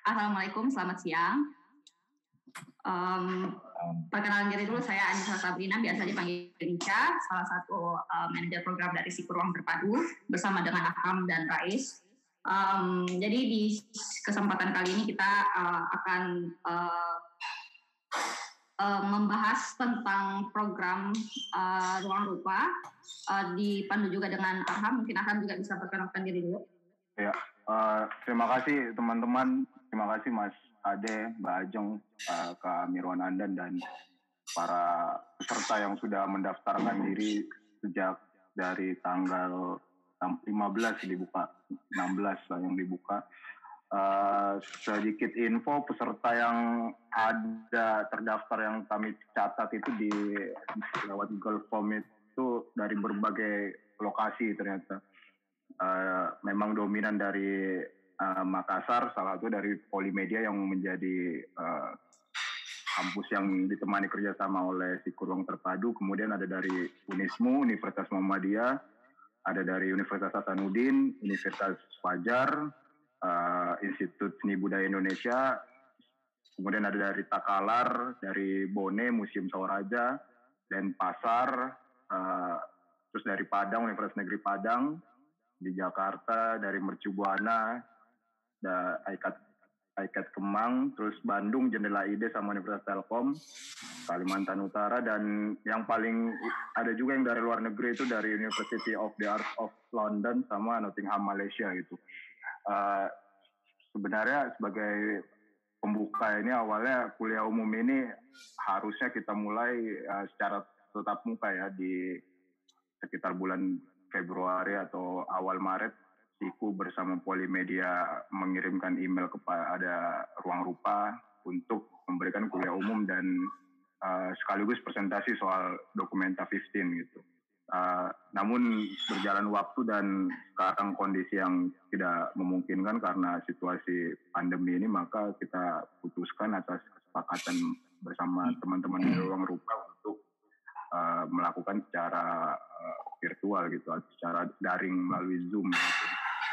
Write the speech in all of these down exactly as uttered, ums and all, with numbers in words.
Assalamualaikum, selamat siang. Um, perkenalan diri dulu, saya Anissa Sabrina, biasa dipanggil Ica, salah satu uh, manajer program dari Siku Ruang Terpadu, bersama dengan Aham dan Rais. Um, jadi di kesempatan kali ini kita uh, akan uh, uh, membahas tentang program uh, Ruang Rupa, uh, dipandu juga dengan Aham. Mungkin Aham juga bisa perkenalkan diri dulu. Ya, uh, terima kasih teman-teman, terima kasih Mas Ade, Mbak Ajeng, uh, Kak Mirwan Andan, dan para peserta yang sudah mendaftarkan diri sejak dari tanggal lima belas dibuka, enam belas lah yang dibuka. Uh, sedikit info, peserta yang ada terdaftar yang kami catat itu di lewat Google Form itu dari berbagai lokasi ternyata. Uh, memang dominan dari Uh, Makassar, salah satu dari Polimedia yang menjadi uh, kampus yang ditemani kerjasama oleh Siku Ruang Terpadu. Kemudian ada dari Unismu, Universitas Muhammadiyah, ada dari Universitas Hasanuddin, Universitas Fajar, uh, Institut Seni Budaya Indonesia, kemudian ada dari Takalar, dari Bone, Museum Sawaraja, dan Pasar, uh, terus dari Padang, Universitas Negeri Padang, di Jakarta, dari Mercu Buana, da Aikat Aikat Kemang, terus Bandung Jendela I D sama Universitas Telkom, Kalimantan Utara, dan yang paling ada juga yang dari luar negeri itu dari University of the Arts of London sama Nottingham Malaysia gitu. Uh, sebenarnya sebagai pembuka ini awalnya kuliah umum ini harusnya kita mulai uh, secara tatap muka ya di sekitar bulan Februari atau awal Maret. Siku bersama Polimedia mengirimkan email kepada Ruang Rupa untuk memberikan kuliah umum dan uh, sekaligus presentasi soal Documenta lima belas gitu. Uh, namun berjalan waktu dan sekarang kondisi yang tidak memungkinkan karena situasi pandemi ini, maka kita putuskan atas kesepakatan bersama teman-teman di Ruang Rupa untuk uh, melakukan secara uh, virtual gitu, secara daring melalui Zoom gitu.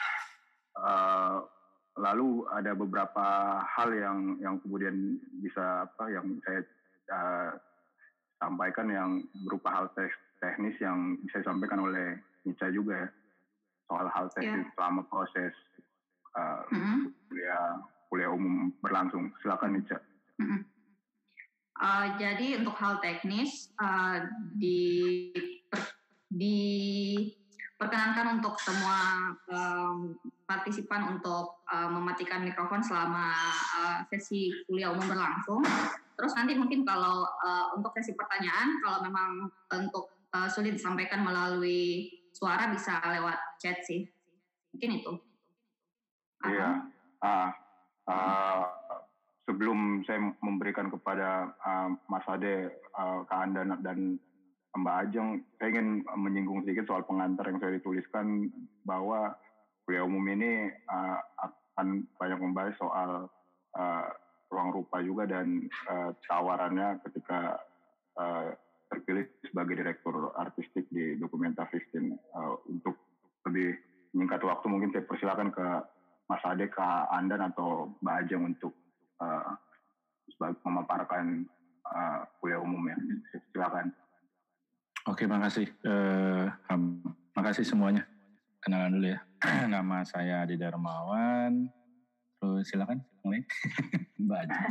Uh, lalu ada beberapa hal yang yang kemudian bisa apa yang saya uh, sampaikan yang berupa hal te- teknis yang bisa disampaikan oleh Nica juga ya, soal hal teknis yeah. selama proses uh, mm-hmm. kuliah kuliah umum berlangsung. Silakan Nica. Mm-hmm. Uh, jadi untuk hal teknis uh, di di perkenankan untuk semua um, partisipan untuk uh, mematikan mikrofon selama uh, sesi kuliah umum berlangsung. Terus nanti mungkin kalau uh, untuk sesi pertanyaan, kalau memang untuk uh, sulit disampaikan melalui suara bisa lewat chat sih. Mungkin itu. Iya. Uh, uh, sebelum saya memberikan kepada uh, Mas Ade, uh, Kak Andan dan Mbak Ajeng, saya ingin menyinggung sedikit soal pengantar yang saya dituliskan bahwa kuliah umum ini uh, akan banyak membahas soal uh, Ruang Rupa juga dan uh, tawarannya ketika uh, terpilih sebagai direktur artistik di Documenta lima belas. Uh, untuk lebih menyingkat waktu mungkin saya persilakan ke Mas Ade, Kak Andan atau Mbak Ajeng untuk uh, memaparkan uh, kuliah umumnya. Silakan. Oke, makasih. Uh, makasih semuanya. Kenalan dulu ya. Nama saya Adi Darmawan. Terus silakan, Mbak Ajeng.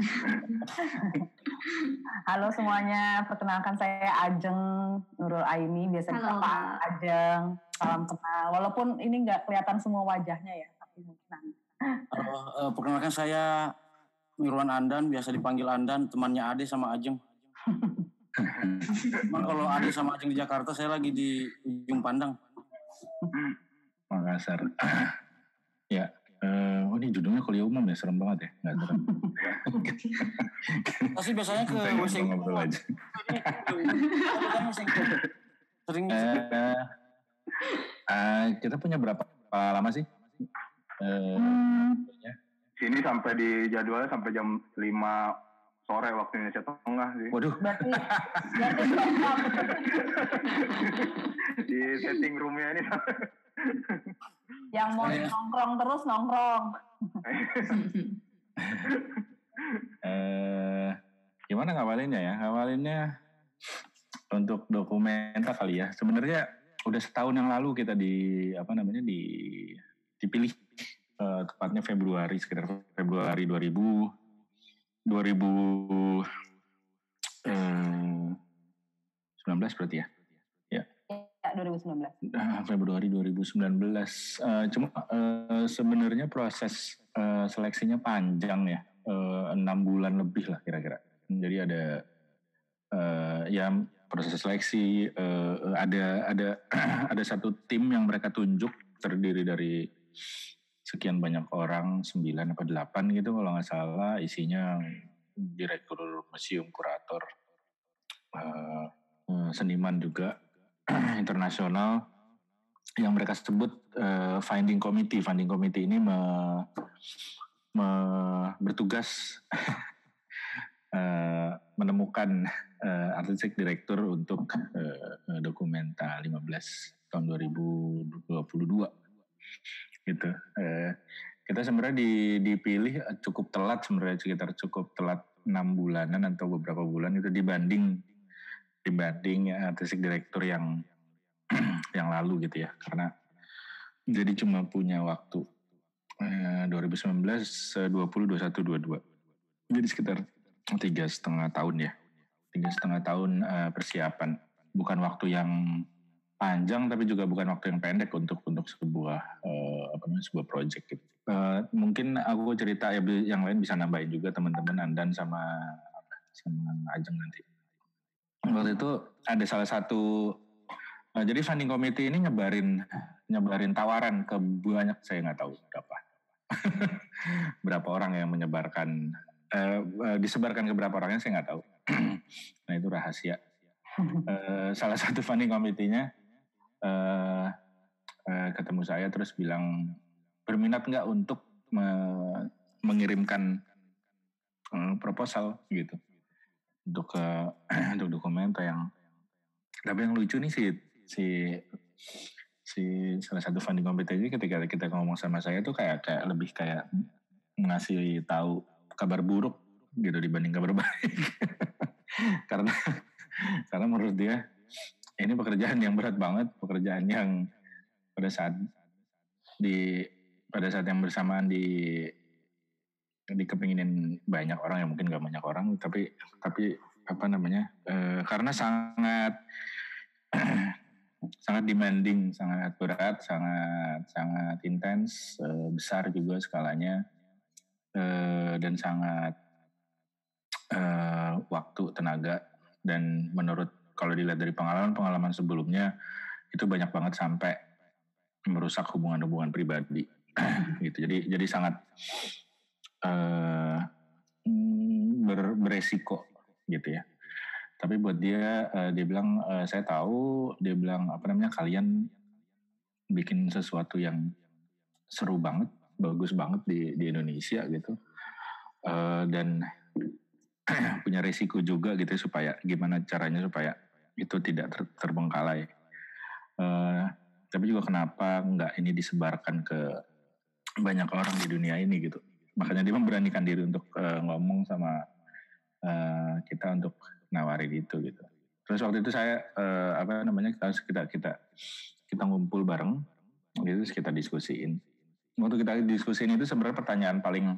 Halo semuanya, perkenalkan saya Ajeng Nurul Aini, biasa disapa Ajeng. Salam kenal. Walaupun ini nggak kelihatan semua wajahnya ya, tapi mungkin. Halo, uh, perkenalkan saya Mirwan Andan, biasa dipanggil Andan, temannya Ade sama Ajeng. Cuma kalau Ade sama Ajeng di Jakarta, saya lagi di ujung Pandang. Makassar. Ya, uh, oh ini judulnya kuliah umum ya, serem banget ya, nggak serem. Pasti biasanya ke W C ngobrol aja. Sering. Uh, uh, kita punya berapa lama sih? Uh, hmm. Sini sampai di jadwalnya sampai jam lima sore waktu Indonesia Tengah sih. Waduh. Berarti, berarti di setting roomnya ini. Yang mau nongkrong terus nongkrong. eh, gimana ngawalinnya ya? Ngawalinnya untuk dokumenta kali ya. Sebenarnya udah setahun yang lalu kita di apa namanya di dipilih uh, tepatnya Februari sekitar Februari dua ribu sembilan belas berarti ya. Ya, dua ribu sembilan belas. Nah, Februari dua ribu sembilan belas. Uh, cuma uh, sebenarnya proses uh, seleksinya panjang ya. Uh, enam bulan lebih lah kira-kira. Jadi ada uh, ya proses seleksi, uh, ada ada ada satu tim yang mereka tunjuk terdiri dari sekian banyak orang, sembilan atau delapan gitu kalau nggak salah, isinya direktur museum, kurator, uh, uh, seniman juga internasional yang mereka sebut uh, finding committee. Finding committee ini me, me, bertugas uh, menemukan uh, artistik direktur untuk uh, dokumenta lima belas tahun dua ribu dua puluh dua gitu. Uh, kita sebenarnya di, dipilih cukup telat sebenarnya, sekitar cukup telat enam bulanan atau beberapa bulan itu dibanding dibanding artistik direktur yang yang lalu gitu ya, karena jadi cuma punya waktu eh, dua ribu sembilan belas, dua puluh, dua puluh satu, dua puluh dua, jadi sekitar tiga setengah tahun ya, tiga setengah tahun eh, persiapan, bukan waktu yang panjang tapi juga bukan waktu yang pendek untuk untuk sebuah eh, apa namanya sebuah project gitu. Eh, mungkin aku cerita ya, yang lain bisa nambahin juga teman-teman Andan sama sama Ajeng nanti. Waktu itu ada salah satu, nah, jadi funding committee ini nyebarin nyebarin tawaran ke banyak, saya nggak tahu berapa berapa orang yang menyebarkan, eh, disebarkan ke berapa orangnya saya nggak tahu. Nah itu rahasia. eh, salah satu funding committee-nya eh, eh, ketemu saya terus bilang berminat nggak untuk me- mengirimkan eh, proposal gitu untuk uh, untuk dokumenta yang, tapi yang lucu nih si si si salah satu funding committee ini ketika kita ngomong sama saya tuh kayak kayak lebih kayak ngasih tahu kabar buruk gitu dibanding kabar baik. karena karena menurut dia ini pekerjaan yang berat banget, pekerjaan yang pada saat di pada saat yang bersamaan di dikepinginin banyak orang, yang mungkin gak banyak orang, tapi tapi apa namanya e, karena sangat sangat demanding, sangat berat, sangat sangat intens, e, besar juga skalanya, e, dan sangat e, waktu, tenaga, dan menurut kalau dilihat dari pengalaman-pengalaman sebelumnya itu banyak banget sampai merusak hubungan-hubungan pribadi gitu. Jadi jadi sangat Uh, ber, beresiko gitu ya. Tapi buat dia, uh, dia bilang uh, saya tahu, dia bilang apa namanya kalian bikin sesuatu yang seru banget, bagus banget di, di Indonesia gitu, uh, dan punya resiko juga gitu supaya gimana caranya supaya itu tidak ter, terbengkalai. Uh, tapi juga kenapa nggak ini disebarkan ke banyak orang di dunia ini gitu. Makanya dia memberanikan diri untuk uh, ngomong sama uh, kita untuk nawarin itu gitu. Terus waktu itu saya uh, apa namanya kita kita kita kita ngumpul bareng, gitu kita diskusiin. Waktu kita diskusiin itu sebenarnya pertanyaan paling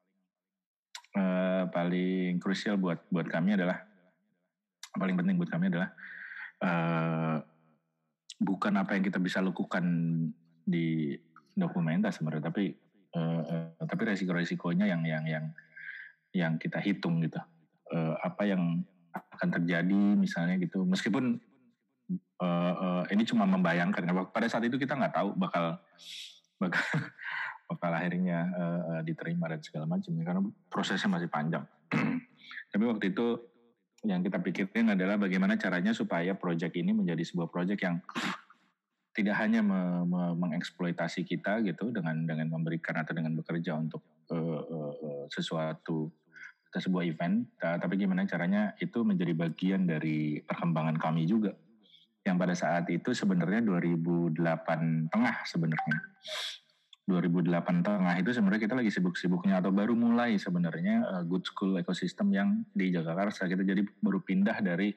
uh, paling krusial buat buat kami adalah, paling penting buat kami adalah uh, bukan apa yang kita bisa lakukan di dokumenta sebenarnya, tapi Uh, uh, tapi resiko-resikonya yang yang yang yang kita hitung gitu, uh, apa yang akan terjadi misalnya gitu, meskipun uh, uh, ini cuma membayangkan, pada saat itu kita nggak tahu bakal bakal bakal akhirnya uh, diterima dan segala macam karena prosesnya masih panjang. Tapi waktu itu yang kita pikirin adalah bagaimana caranya supaya proyek ini menjadi sebuah proyek yang tidak hanya me, me, mengeksploitasi kita gitu dengan dengan memberikan atau dengan bekerja untuk uh, uh, sesuatu atau sebuah event, tapi gimana caranya itu menjadi bagian dari perkembangan kami juga, yang pada saat itu sebenarnya dua ribu delapan tengah sebenarnya dua ribu delapan tengah itu sebenarnya kita lagi sibuk-sibuknya atau baru mulai sebenarnya uh, Good School Ecosystem yang di Jakarta. Kita jadi baru pindah dari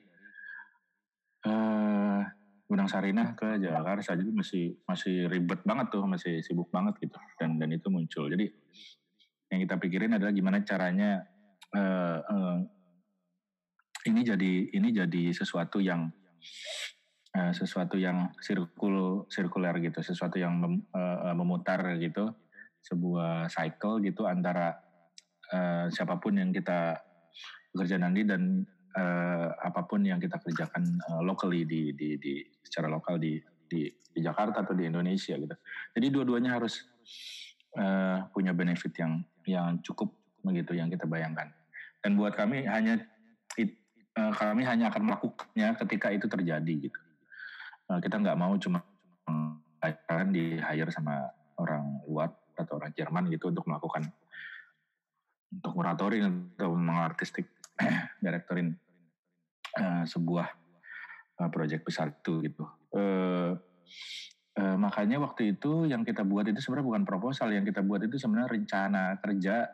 uh, Gunung Sarinah ke Jakarta, jadi masih masih ribet banget tuh, masih sibuk banget gitu, dan dan itu muncul. Jadi yang kita pikirin adalah gimana caranya uh, uh, ini jadi ini jadi sesuatu yang uh, sesuatu yang sirkul sirkuler gitu, sesuatu yang mem, uh, memutar gitu, sebuah cycle gitu antara uh, siapapun yang kita bekerja nanti dan Uh, apapun yang kita kerjakan uh, locally di, di, di secara lokal di, di di Jakarta atau di Indonesia gitu. Jadi dua-duanya harus uh, punya benefit yang yang cukup begitu yang kita bayangkan. Dan buat kami hanya it, uh, kami hanya akan melakukannya ketika itu terjadi gitu. Uh, kita nggak mau cuma akan di hire sama orang luar atau orang Jerman gitu untuk melakukan untuk kuratorin atau mengartistik direktorin uh, sebuah uh, proyek besar itu gitu. Uh, uh, makanya waktu itu yang kita buat itu sebenarnya bukan proposal, yang kita buat itu sebenarnya rencana kerja,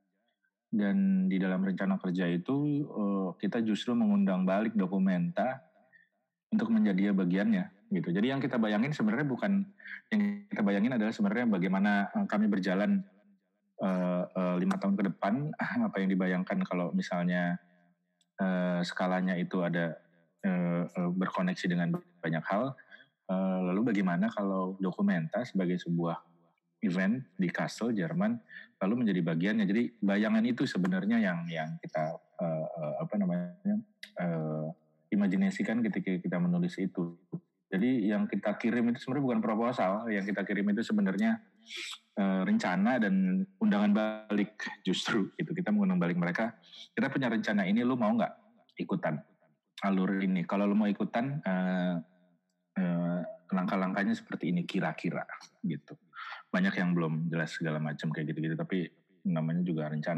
dan di dalam rencana kerja itu uh, kita justru mengundang balik Documenta untuk menjadi bagiannya gitu. Jadi yang kita bayangin sebenarnya bukan, yang kita bayangin adalah sebenarnya bagaimana uh, kami berjalan Uh, uh, lima tahun ke depan, apa yang dibayangkan kalau misalnya uh, skalanya itu ada uh, uh, berkoneksi dengan banyak hal, uh, lalu bagaimana kalau Documenta sebagai sebuah event di Kassel, Jerman, lalu menjadi bagiannya. Jadi bayangan itu sebenarnya yang yang kita uh, uh, apa namanya uh, imajinasikan ketika kita menulis itu. Jadi yang kita kirim itu sebenarnya bukan proposal, yang kita kirim itu sebenarnya uh, rencana dan undangan balik justru gitu. Kita mengundang balik mereka. Kita punya rencana ini, lu mau nggak ikutan alur ini? Kalau lu mau ikutan, uh, uh, langkah-langkahnya seperti ini kira-kira gitu. Banyak yang belum jelas segala macam kayak gitu-gitu, tapi namanya juga rencana.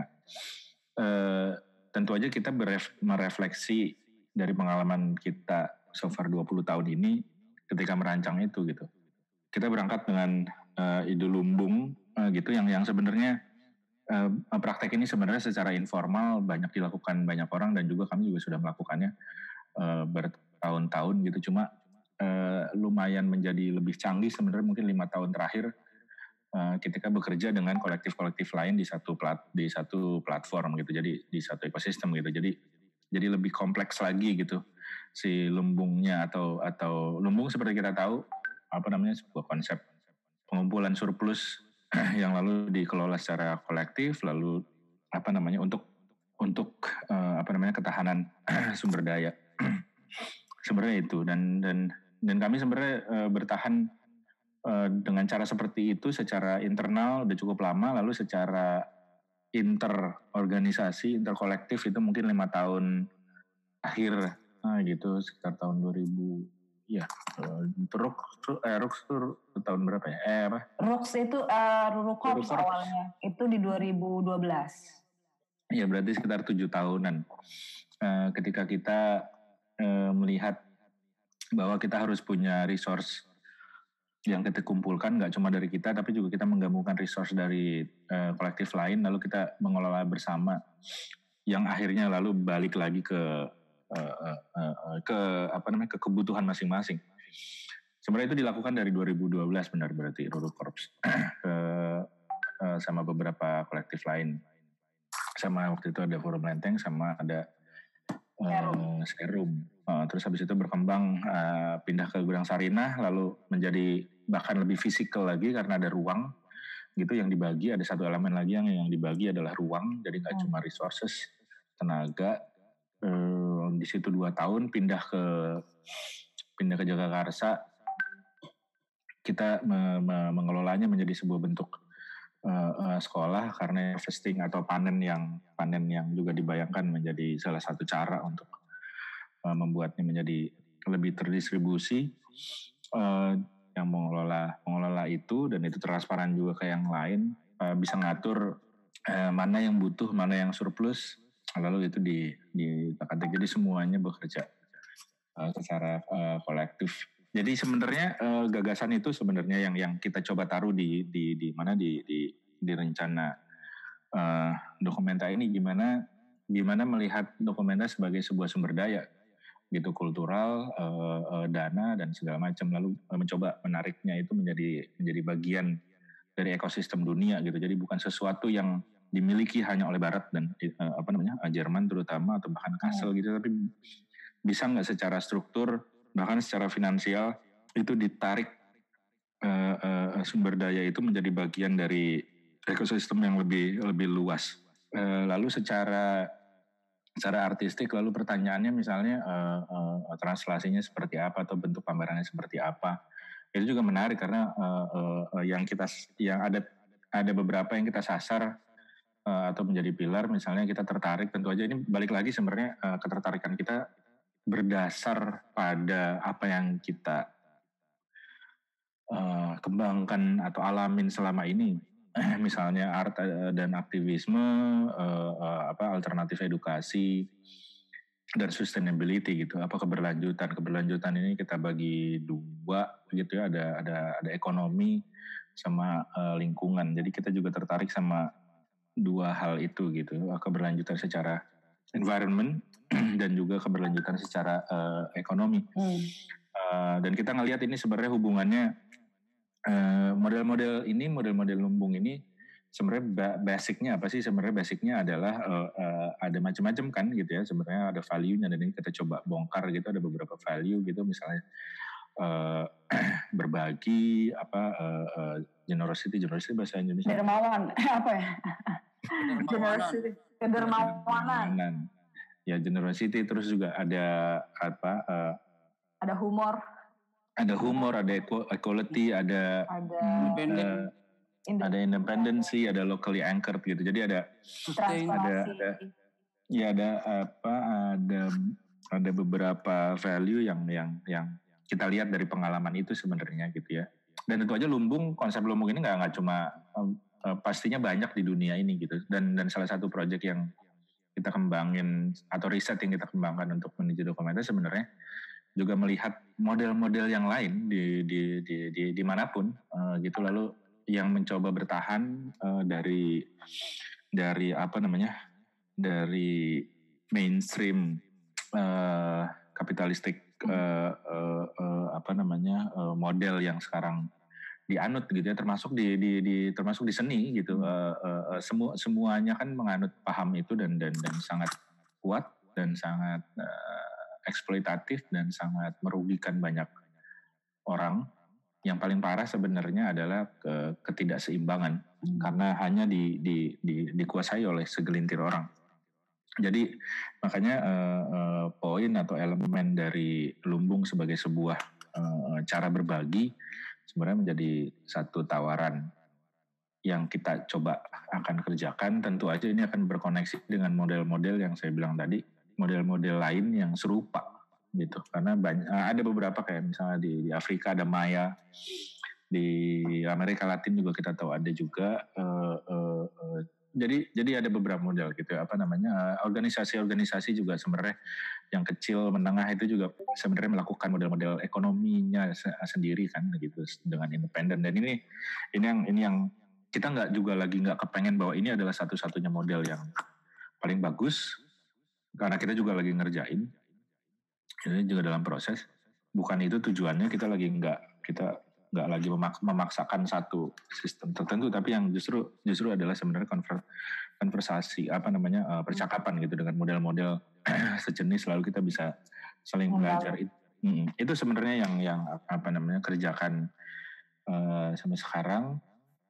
Uh, tentu aja kita beref- merefleksi dari pengalaman kita so far dua puluh tahun ini ketika merancang itu gitu. Kita berangkat dengan uh, ide lumbung uh, gitu yang yang sebenarnya uh, praktek ini sebenarnya secara informal banyak dilakukan banyak orang, dan juga kami juga sudah melakukannya uh, bertahun-tahun gitu. Cuma uh, lumayan menjadi lebih canggih sebenarnya mungkin lima tahun terakhir uh, ketika bekerja dengan kolektif-kolektif lain di satu plat di satu platform gitu. Jadi di satu ekosistem gitu. Jadi jadi lebih kompleks lagi gitu si lumbungnya, atau atau lumbung seperti kita tahu apa namanya sebuah konsep pengumpulan surplus yang lalu dikelola secara kolektif, lalu apa namanya untuk untuk uh, apa namanya ketahanan sumber daya sebenarnya itu, dan dan dan kami sebenarnya uh, bertahan uh, dengan cara seperti itu secara internal udah cukup lama, lalu secara interorganisasi interkolektif itu mungkin lima tahun akhir. Nah gitu, sekitar tahun dua ribu, ya, Rux, eh, Rux tuh tahun berapa ya? Eh apa? Rux itu uh, Rurukorps awalnya, itu di dua ribu dua belas. Ya berarti sekitar tujuh tahunan. Uh, ketika kita uh, melihat bahwa kita harus punya resource yang kita kumpulkan, nggak cuma dari kita, tapi juga kita menggabungkan resource dari uh, kolektif lain, lalu kita mengelola bersama, yang akhirnya lalu balik lagi ke Uh, uh, uh, ke apa namanya ke kebutuhan masing-masing. Sebenarnya itu dilakukan dari dua ribu dua belas benar, berarti Rurukorps ke uh, sama beberapa kolektif lain. Sama waktu itu ada Forum Lenteng, sama ada uh, Serum. Uh, terus habis itu berkembang uh, pindah ke Gunung Sarinah, lalu menjadi bahkan lebih fisikal lagi karena ada ruang gitu yang dibagi. Ada satu elemen lagi yang yang dibagi adalah ruang. Jadi nggak hmm. cuma resources, tenaga. Uh, di situ dua tahun pindah ke pindah ke Jagakarsa, kita me, me, mengelolanya menjadi sebuah bentuk uh, uh, sekolah, karena harvesting atau panen yang panen yang juga dibayangkan menjadi salah satu cara untuk uh, membuatnya menjadi lebih terdistribusi. Uh, yang mengelola mengelola itu, dan itu transparan juga ke yang lain, uh, bisa ngatur uh, mana yang butuh, mana yang surplus. Lalu itu di di jadi semuanya bekerja uh, secara uh, kolektif. Jadi sebenarnya uh, gagasan itu sebenarnya yang yang kita coba taruh di di di mana di di, di rencana uh, dokumenta ini, gimana gimana melihat dokumenta sebagai sebuah sumber daya gitu, kultural, uh, uh, dana dan segala macam, lalu uh, mencoba menariknya itu menjadi menjadi bagian dari ekosistem dunia gitu. Jadi bukan sesuatu yang dimiliki hanya oleh Barat dan uh, apa namanya Jerman terutama atau bahkan Kassel gitu, tapi bisa nggak secara struktur bahkan secara finansial itu ditarik uh, uh, sumber daya itu menjadi bagian dari ekosistem yang lebih lebih luas. Uh, lalu secara secara artistik, lalu pertanyaannya misalnya uh, uh, translasinya seperti apa atau bentuk pamerannya seperti apa, itu juga menarik karena uh, uh, yang kita yang ada ada beberapa yang kita sasar uh, atau menjadi pilar, misalnya kita tertarik, tentu aja ini balik lagi sebenarnya uh, ketertarikan kita berdasar pada apa yang kita uh, kembangkan atau alamin selama ini, misalnya art dan aktivisme, uh, uh, apa alternatif edukasi dan sustainability gitu. Apa keberlanjutan? Keberlanjutan ini kita bagi dua gitu ya. Ada ada ada ekonomi sama uh, lingkungan. Jadi kita juga tertarik sama dua hal itu gitu. Keberlanjutan secara environment dan juga keberlanjutan secara uh, ekonomi. Hmm. Uh, dan kita ngelihat ini sebenarnya hubungannya uh, model-model ini, model-model lumbung ini sebenarnya basicnya apa sih? Sebenarnya basicnya adalah uh, uh, ada macam-macam kan gitu ya. Sebenarnya ada value-nya, dan ini kita coba bongkar gitu. Ada beberapa value gitu, misalnya uh, berbagi, apa uh, uh, generosity, generosity bahasa Indonesia. Dermawan, apa ya? Generosity, kedermawanan. Ya, generosity, terus juga ada apa? Uh, ada humor. Ada humor, ada equality, ada ada uh, ada independency, ada locally anchored gitu. Jadi ada ada, ada ya ada apa? Ada ada beberapa value yang yang yang kita lihat dari pengalaman itu sebenarnya gitu ya. Dan tentu aja lumbung, konsep lumbung ini nggak nggak cuma uh, pastinya banyak di dunia ini gitu. Dan dan salah satu proyek yang kita kembangin atau riset yang kita kembangkan untuk menuju dokumenter sebenarnya juga melihat model-model yang lain di di di, di dimanapun uh, gitu, lalu yang mencoba bertahan uh, dari dari apa namanya dari mainstream uh, kapitalistik uh, uh, uh, apa namanya uh, model yang sekarang dianut gitu ya, termasuk di di, di termasuk di seni gitu. Uh, uh, uh, semua semuanya kan menganut paham itu dan dan dan sangat kuat dan sangat uh, eksploitatif dan sangat merugikan banyak orang. Yang paling parah sebenarnya adalah ke, ketidakseimbangan hmm. karena hanya di, di, di, dikuasai oleh segelintir orang. Jadi makanya uh, uh, poin atau elemen dari lumbung sebagai sebuah uh, cara berbagi sebenarnya menjadi satu tawaran yang kita coba akan kerjakan. Tentu aja ini akan berkoneksi dengan model-model yang saya bilang tadi, model-model lain yang serupa gitu. Karena banyak, ada beberapa kayak misalnya di, di Afrika ada Maya, di Amerika Latin juga kita tahu ada juga. Uh, uh, uh, jadi jadi ada beberapa model gitu. Apa namanya organisasi-organisasi juga sebenarnya yang kecil menengah itu juga sebenarnya melakukan model-model ekonominya sendiri kan gitu dengan independen. Dan ini ini yang ini yang kita nggak juga lagi nggak kepengen bahwa ini adalah satu-satunya model yang paling bagus, karena kita juga lagi ngerjain, ini juga dalam proses. Bukan itu tujuannya, kita lagi nggak kita nggak lagi memaksakan satu sistem tertentu, tapi yang justru justru adalah sebenarnya konversasi apa namanya uh, percakapan gitu dengan model-model sejenis, lalu kita bisa saling belajar. Itu, mm, itu sebenarnya yang yang apa namanya kerjakan uh, sampai sekarang,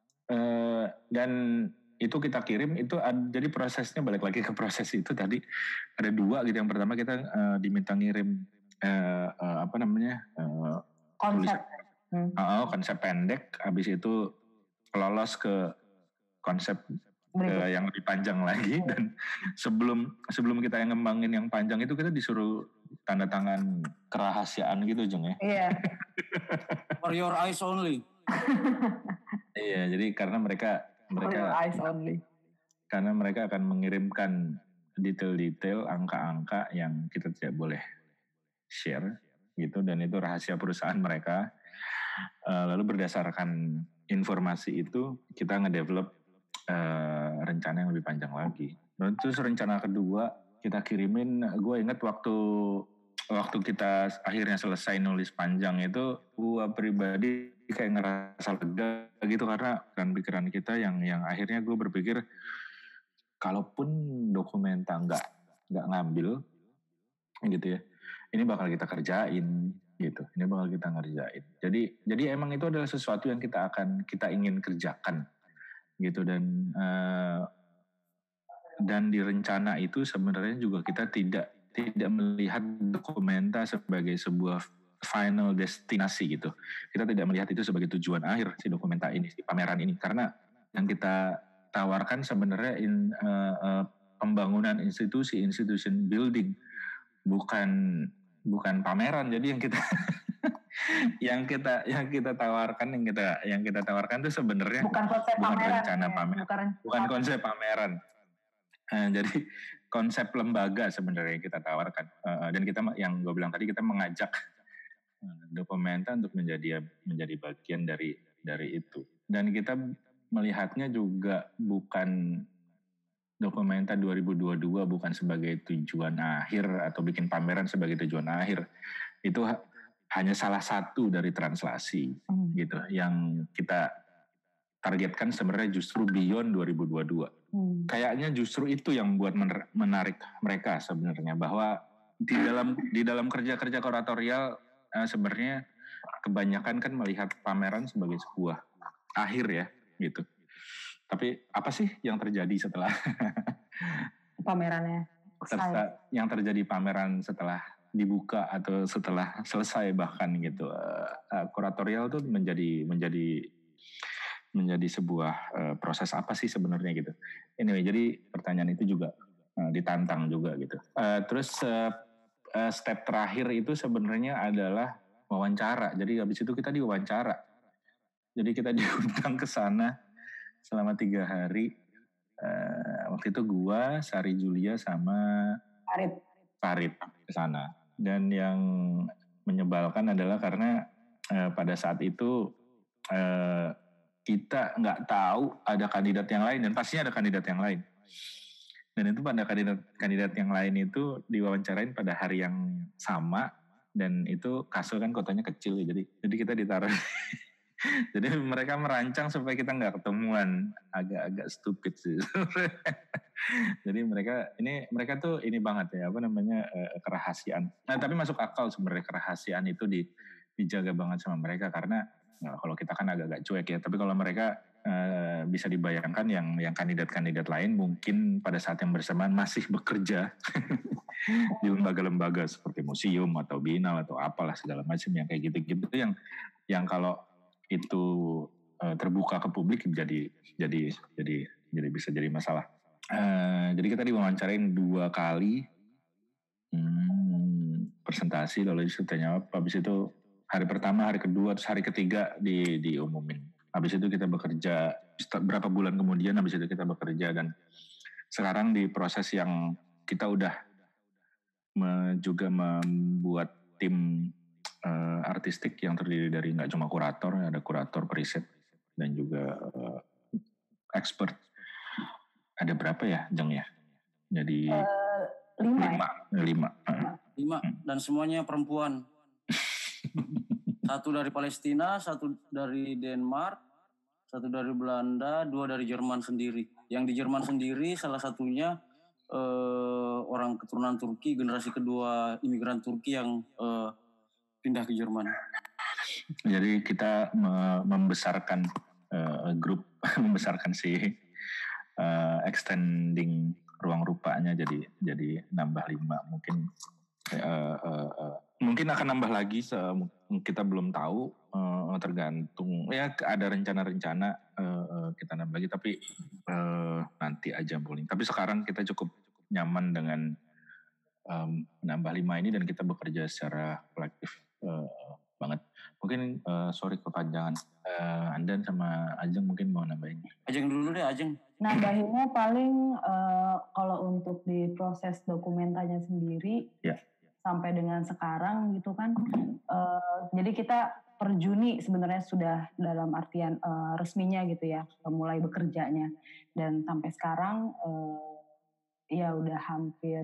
uh, dan itu kita kirim itu ad, jadi prosesnya balik lagi ke proses itu tadi ada dua gitu. Yang pertama kita uh, diminta ngirim uh, uh, apa namanya uh, konsep Hmm. Uh, konsep pendek, habis itu lolos ke konsep uh, yang lebih panjang lagi. Dan sebelum sebelum kita yang ngembangin yang panjang itu kita disuruh tanda tangan kerahasiaan gitu, Jeng ya. Iya. For your eyes only. Iya, jadi karena mereka mereka For your eyes only. Karena mereka akan mengirimkan detail-detail, angka-angka yang kita tidak boleh share. gitu, dan itu rahasia perusahaan mereka. Uh, lalu berdasarkan informasi itu kita ngedevelop uh, rencana yang lebih panjang lagi. Dan terus rencana kedua kita kirimin, gue ingat waktu waktu kita akhirnya selesai nulis panjang itu, gue pribadi kayak ngerasa lega gitu karena pikiran kita yang yang akhirnya gue berpikir kalaupun dokumenta nggak nggak ngambil gitu ya, ini bakal kita kerjain gitu, ini bakal kita ngerjain. Jadi jadi emang itu adalah sesuatu yang kita akan kita ingin kerjakan gitu, dan uh, dan di rencana itu sebenarnya juga kita tidak tidak melihat dokumenta sebagai sebuah final destinasi gitu. Kita tidak melihat itu sebagai tujuan akhir si dokumenta ini, si pameran ini, karena yang kita tawarkan sebenarnya in, uh, uh, pembangunan institusi, institution building, bukan bukan pameran. Jadi yang kita yang kita yang kita tawarkan yang kita yang kita tawarkan itu sebenarnya bukan konsep bukan pameran, rencana ya. pameran, bukan, bukan konsep pameran. Uh, jadi konsep lembaga sebenarnya yang kita tawarkan, uh, dan kita yang gue bilang tadi, kita mengajak uh, dokumenta untuk menjadi menjadi bagian dari dari itu, dan kita melihatnya juga bukan dokumenta dua ribu dua puluh dua bukan sebagai tujuan akhir atau bikin pameran sebagai tujuan akhir. Itu ha- hanya salah satu dari translasi hmm. gitu yang kita targetkan sebenarnya justru beyond dua ribu dua puluh dua. Hmm. Kayaknya justru itu yang buat menarik mereka sebenarnya, bahwa di dalam di dalam kerja-kerja kuratorial uh, sebenarnya kebanyakan kan melihat pameran sebagai sebuah akhir ya gitu. Tapi apa sih yang terjadi setelah pamerannya? Setelah, yang terjadi pameran setelah dibuka atau setelah selesai bahkan gitu. Uh, uh, kuratorial tuh menjadi menjadi menjadi sebuah uh, proses apa sih sebenarnya gitu. Anyway, jadi pertanyaan itu juga uh, ditantang juga gitu. Uh, terus uh, uh, step terakhir itu sebenarnya adalah wawancara. Jadi habis itu kita diwawancara. Jadi kita diundang ke sana selama tiga hari. Uh, waktu itu gua, Sari Julia sama Farid. Farid ke sana. Dan yang menyebalkan adalah karena uh, pada saat itu uh, kita nggak tahu ada kandidat yang lain, dan pastinya ada kandidat yang lain. Dan itu pada kandidat kandidat yang lain itu diwawancarain pada hari yang sama, dan itu Kasul kan kotanya kecil, jadi jadi kita ditaruh. Jadi mereka merancang supaya kita nggak ketemuan, agak-agak stupid sih. Jadi mereka ini mereka tuh ini banget ya, apa namanya, eh, kerahasiaan. Nah tapi masuk akal sebenarnya kerahasiaan itu di, dijaga banget sama mereka, karena nah, kalau kita kan agak-agak cuek ya, tapi kalau mereka eh, bisa dibayangkan yang yang kandidat-kandidat lain mungkin pada saat yang bersamaan masih bekerja di lembaga-lembaga seperti museum atau binal atau apalah segala macam yang kayak gitu-gitu, yang yang kalau itu eh, terbuka ke publik jadi jadi jadi jadi bisa jadi masalah. Eh, jadi kita diwawancarain dua kali, hmm, presentasi lalu ditanya jawab, habis itu hari pertama, hari kedua, terus hari ketiga di diumumin. Habis itu kita bekerja, berapa bulan kemudian habis itu kita bekerja, dan sekarang di proses yang kita udah me, juga membuat tim uh, artistik yang terdiri dari nggak cuma kurator, ada kurator, periset, dan juga uh, expert. Ada berapa ya, Jeng ya? Jadi uh, lima. Lima, ya? lima. Uh. Lima, dan semuanya perempuan. Satu dari Palestina, satu dari Denmark, satu dari Belanda, dua dari Jerman sendiri. Yang di Jerman sendiri salah satunya eh, orang keturunan Turki, generasi kedua imigran Turki yang eh, pindah ke Jerman. Jadi kita me- membesarkan uh, grup, membesarkan si uh, extending ruang rupanya jadi jadi nambah lima mungkin. Uh, uh, uh, mungkin akan nambah lagi, kita belum tahu, uh, tergantung ya, ada rencana-rencana uh, uh, kita nambah lagi, tapi uh, nanti aja boleh. Tapi sekarang kita cukup nyaman dengan um, menambah lima ini, dan kita bekerja secara kolektif uh, banget. Mungkin uh, sorry kepanjangan, uh, Andan sama Ajeng mungkin mau nambahin. Ajeng dulu deh, Ajeng. Nambahinnya paling uh, kalau untuk di proses dokumentanya sendiri, ya. sampai dengan sekarang gitu kan. Uh, jadi kita per Juni sebenarnya sudah dalam artian uh, resminya gitu ya, mulai bekerjanya. Dan sampai sekarang uh, ya udah hampir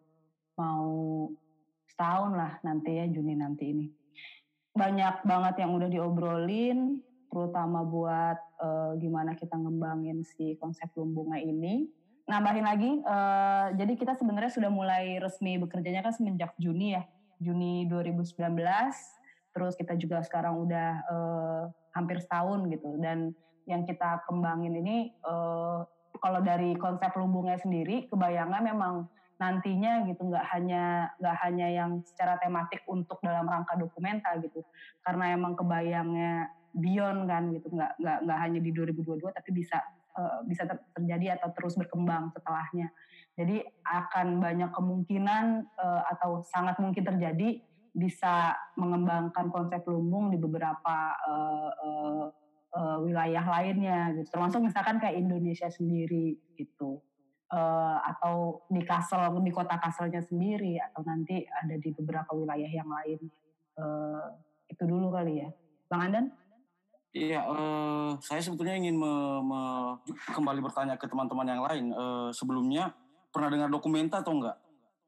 mau setahun lah nanti ya, Juni nanti ini. Banyak banget yang udah diobrolin, terutama buat uh, gimana kita ngembangin si konsep lumbunga ini. Nambahin lagi, uh, jadi kita sebenarnya sudah mulai resmi bekerjanya kan semenjak Juni ya, Juni dua ribu sembilan belas. Terus kita juga sekarang udah uh, hampir setahun gitu. Dan yang kita kembangin ini, uh, kalau dari konsep lumbungnya sendiri, kebayangnya memang nantinya gitu, nggak hanya nggak hanya yang secara tematik untuk dalam rangka dokumenta gitu. Karena emang kebayangnya beyond kan gitu, nggak nggak nggak hanya di dua ribu dua puluh dua, tapi bisa uh, bisa terjadi atau terus berkembang setelahnya. Jadi akan banyak kemungkinan uh, atau sangat mungkin terjadi bisa mengembangkan konsep lumbung di beberapa uh, uh, uh, wilayah lainnya gitu, termasuk misalkan kayak Indonesia sendiri gitu, uh, atau di Kassel, di kota Kasselnya sendiri, atau nanti ada di beberapa wilayah yang lain. Uh, itu dulu kali ya, Bang Andan? Iya, uh, saya sebetulnya ingin me, me, kembali bertanya ke teman-teman yang lain. Uh, sebelumnya pernah dengar dokumenta atau enggak?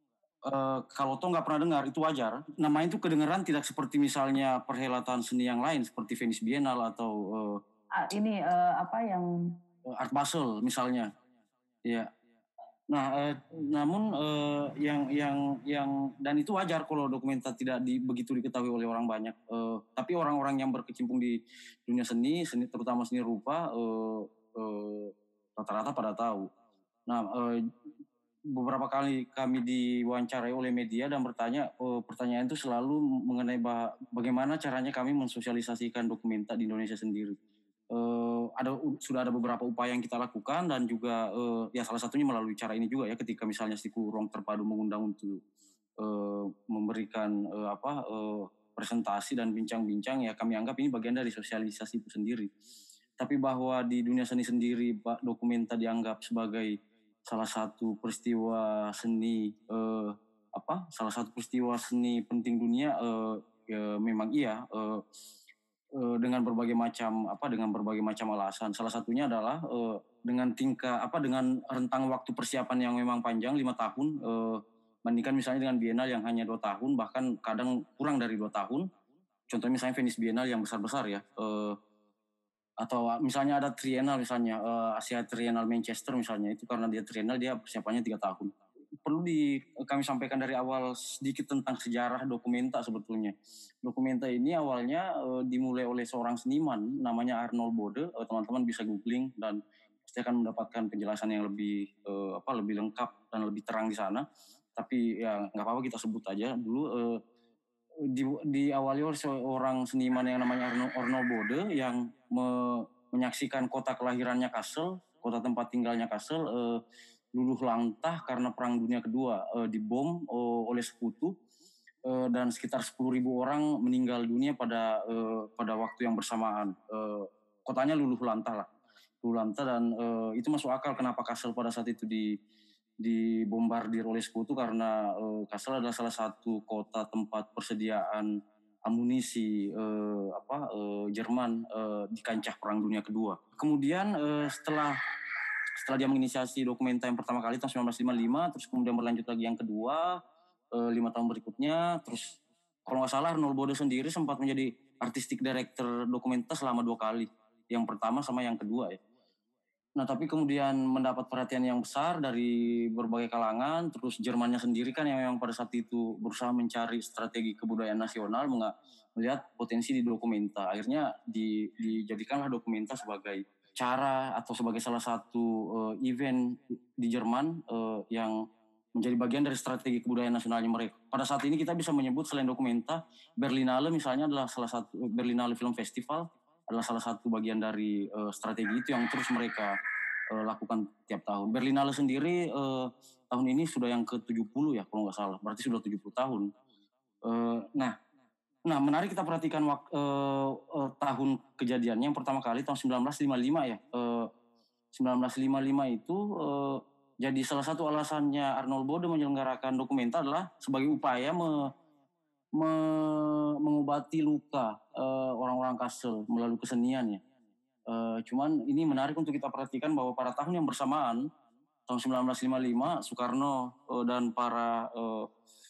Uh, kalau toh nggak pernah dengar, itu wajar. Namanya itu kedengaran tidak seperti misalnya perhelatan seni yang lain seperti Venice Biennale atau uh, ah, ini uh, apa yang Art Basel misalnya. Ya. Nah, uh, namun uh, yang yang yang dan itu wajar kalau dokumenta tidak di, begitu diketahui oleh orang banyak. Uh, tapi orang-orang yang berkecimpung di dunia seni, seni terutama seni rupa, uh, uh, rata-rata pada tahu. Nah. Uh, Beberapa kali kami diwawancarai oleh media dan bertanya, oh, pertanyaan itu selalu mengenai bah, bagaimana caranya kami mensosialisasikan dokumenta di Indonesia sendiri. Uh, ada sudah ada beberapa upaya yang kita lakukan dan juga uh, ya salah satunya melalui cara ini juga ya, ketika misalnya Siku Ruang Terpadu mengundang untuk uh, memberikan uh, apa uh, presentasi dan bincang-bincang, ya kami anggap ini bagian dari sosialisasi itu sendiri. Tapi bahwa di dunia seni sendiri dokumenta dianggap sebagai salah satu peristiwa seni eh, apa salah satu peristiwa seni penting dunia, eh, ya, memang iya, eh, eh, dengan berbagai macam apa dengan berbagai macam alasan. Salah satunya adalah eh, dengan tingkah apa dengan rentang waktu persiapan yang memang panjang, lima tahun, eh, bandingkan misalnya dengan Biennale yang hanya dua tahun, bahkan kadang kurang dari dua tahun. Contohnya misalnya Venice Biennale yang besar-besar ya. Eh, atau misalnya ada trienal misalnya uh, Asia Trienal Manchester misalnya, itu karena dia trienal dia persiapannya tiga tahun. Perlu di kami sampaikan dari awal sedikit tentang sejarah dokumenta. Sebetulnya dokumenta ini awalnya uh, dimulai oleh seorang seniman namanya Arnold Bode. Uh, teman-teman bisa googling dan pasti akan mendapatkan penjelasan yang lebih uh, apa lebih lengkap dan lebih terang di sana. Tapi ya nggak apa-apa kita sebut aja dulu. Uh, di, diawali oleh seorang seniman yang namanya Arnold, Arnold Bode yang me, menyaksikan kota kelahirannya Kassel, kota tempat tinggalnya Kassel, eh, luluh lantah karena Perang Dunia Kedua, eh, dibom eh, oleh sekutu, eh, dan sekitar sepuluh ribu orang meninggal dunia pada eh, pada waktu yang bersamaan. Eh, kotanya luluh lantah lah, luluh lantah, dan eh, itu masuk akal kenapa Kassel pada saat itu di dibombardir oleh sekutu, karena uh, Kassel adalah salah satu kota tempat persediaan amunisi uh, apa uh, Jerman uh, di kancah Perang Dunia Kedua. Kemudian uh, setelah setelah dia menginisiasi dokumenta yang pertama kali tahun sembilan belas lima puluh lima, terus kemudian berlanjut lagi yang kedua uh, lima tahun berikutnya, terus kalau nggak salah Arnold Bode sendiri sempat menjadi artistic director dokumenta selama dua kali, yang pertama sama yang kedua ya. Nah, tapi kemudian mendapat perhatian yang besar dari berbagai kalangan, terus Jermannya sendiri kan yang memang pada saat itu berusaha mencari strategi kebudayaan nasional, melihat potensi di dokumenta. Akhirnya di, dijadikanlah dokumenta sebagai cara atau sebagai salah satu uh, event di Jerman uh, yang menjadi bagian dari strategi kebudayaan nasionalnya mereka. Pada saat ini kita bisa menyebut selain dokumenta, Berlinale misalnya adalah salah satu, Berlinale Film Festival adalah salah satu bagian dari uh, strategi itu yang terus mereka uh, lakukan tiap tahun. Berlinale sendiri uh, tahun ini sudah yang ke tujuh puluh ya kalau nggak salah, berarti sudah tujuh puluh tahun. Uh, nah, nah menarik kita perhatikan wak, uh, uh, tahun kejadiannya yang pertama kali tahun sembilan belas lima puluh lima ya. Uh, sembilan belas lima puluh lima itu uh, jadi salah satu alasannya Arnold Bode menyelenggarakan dokumenta adalah sebagai upaya me, me, mengobati luka uh, orang-orang Kassel melalui kesenian ya. Uh, cuman ini menarik untuk kita perhatikan bahwa pada tahun yang bersamaan tahun sembilan belas lima puluh lima Soekarno uh, dan para uh,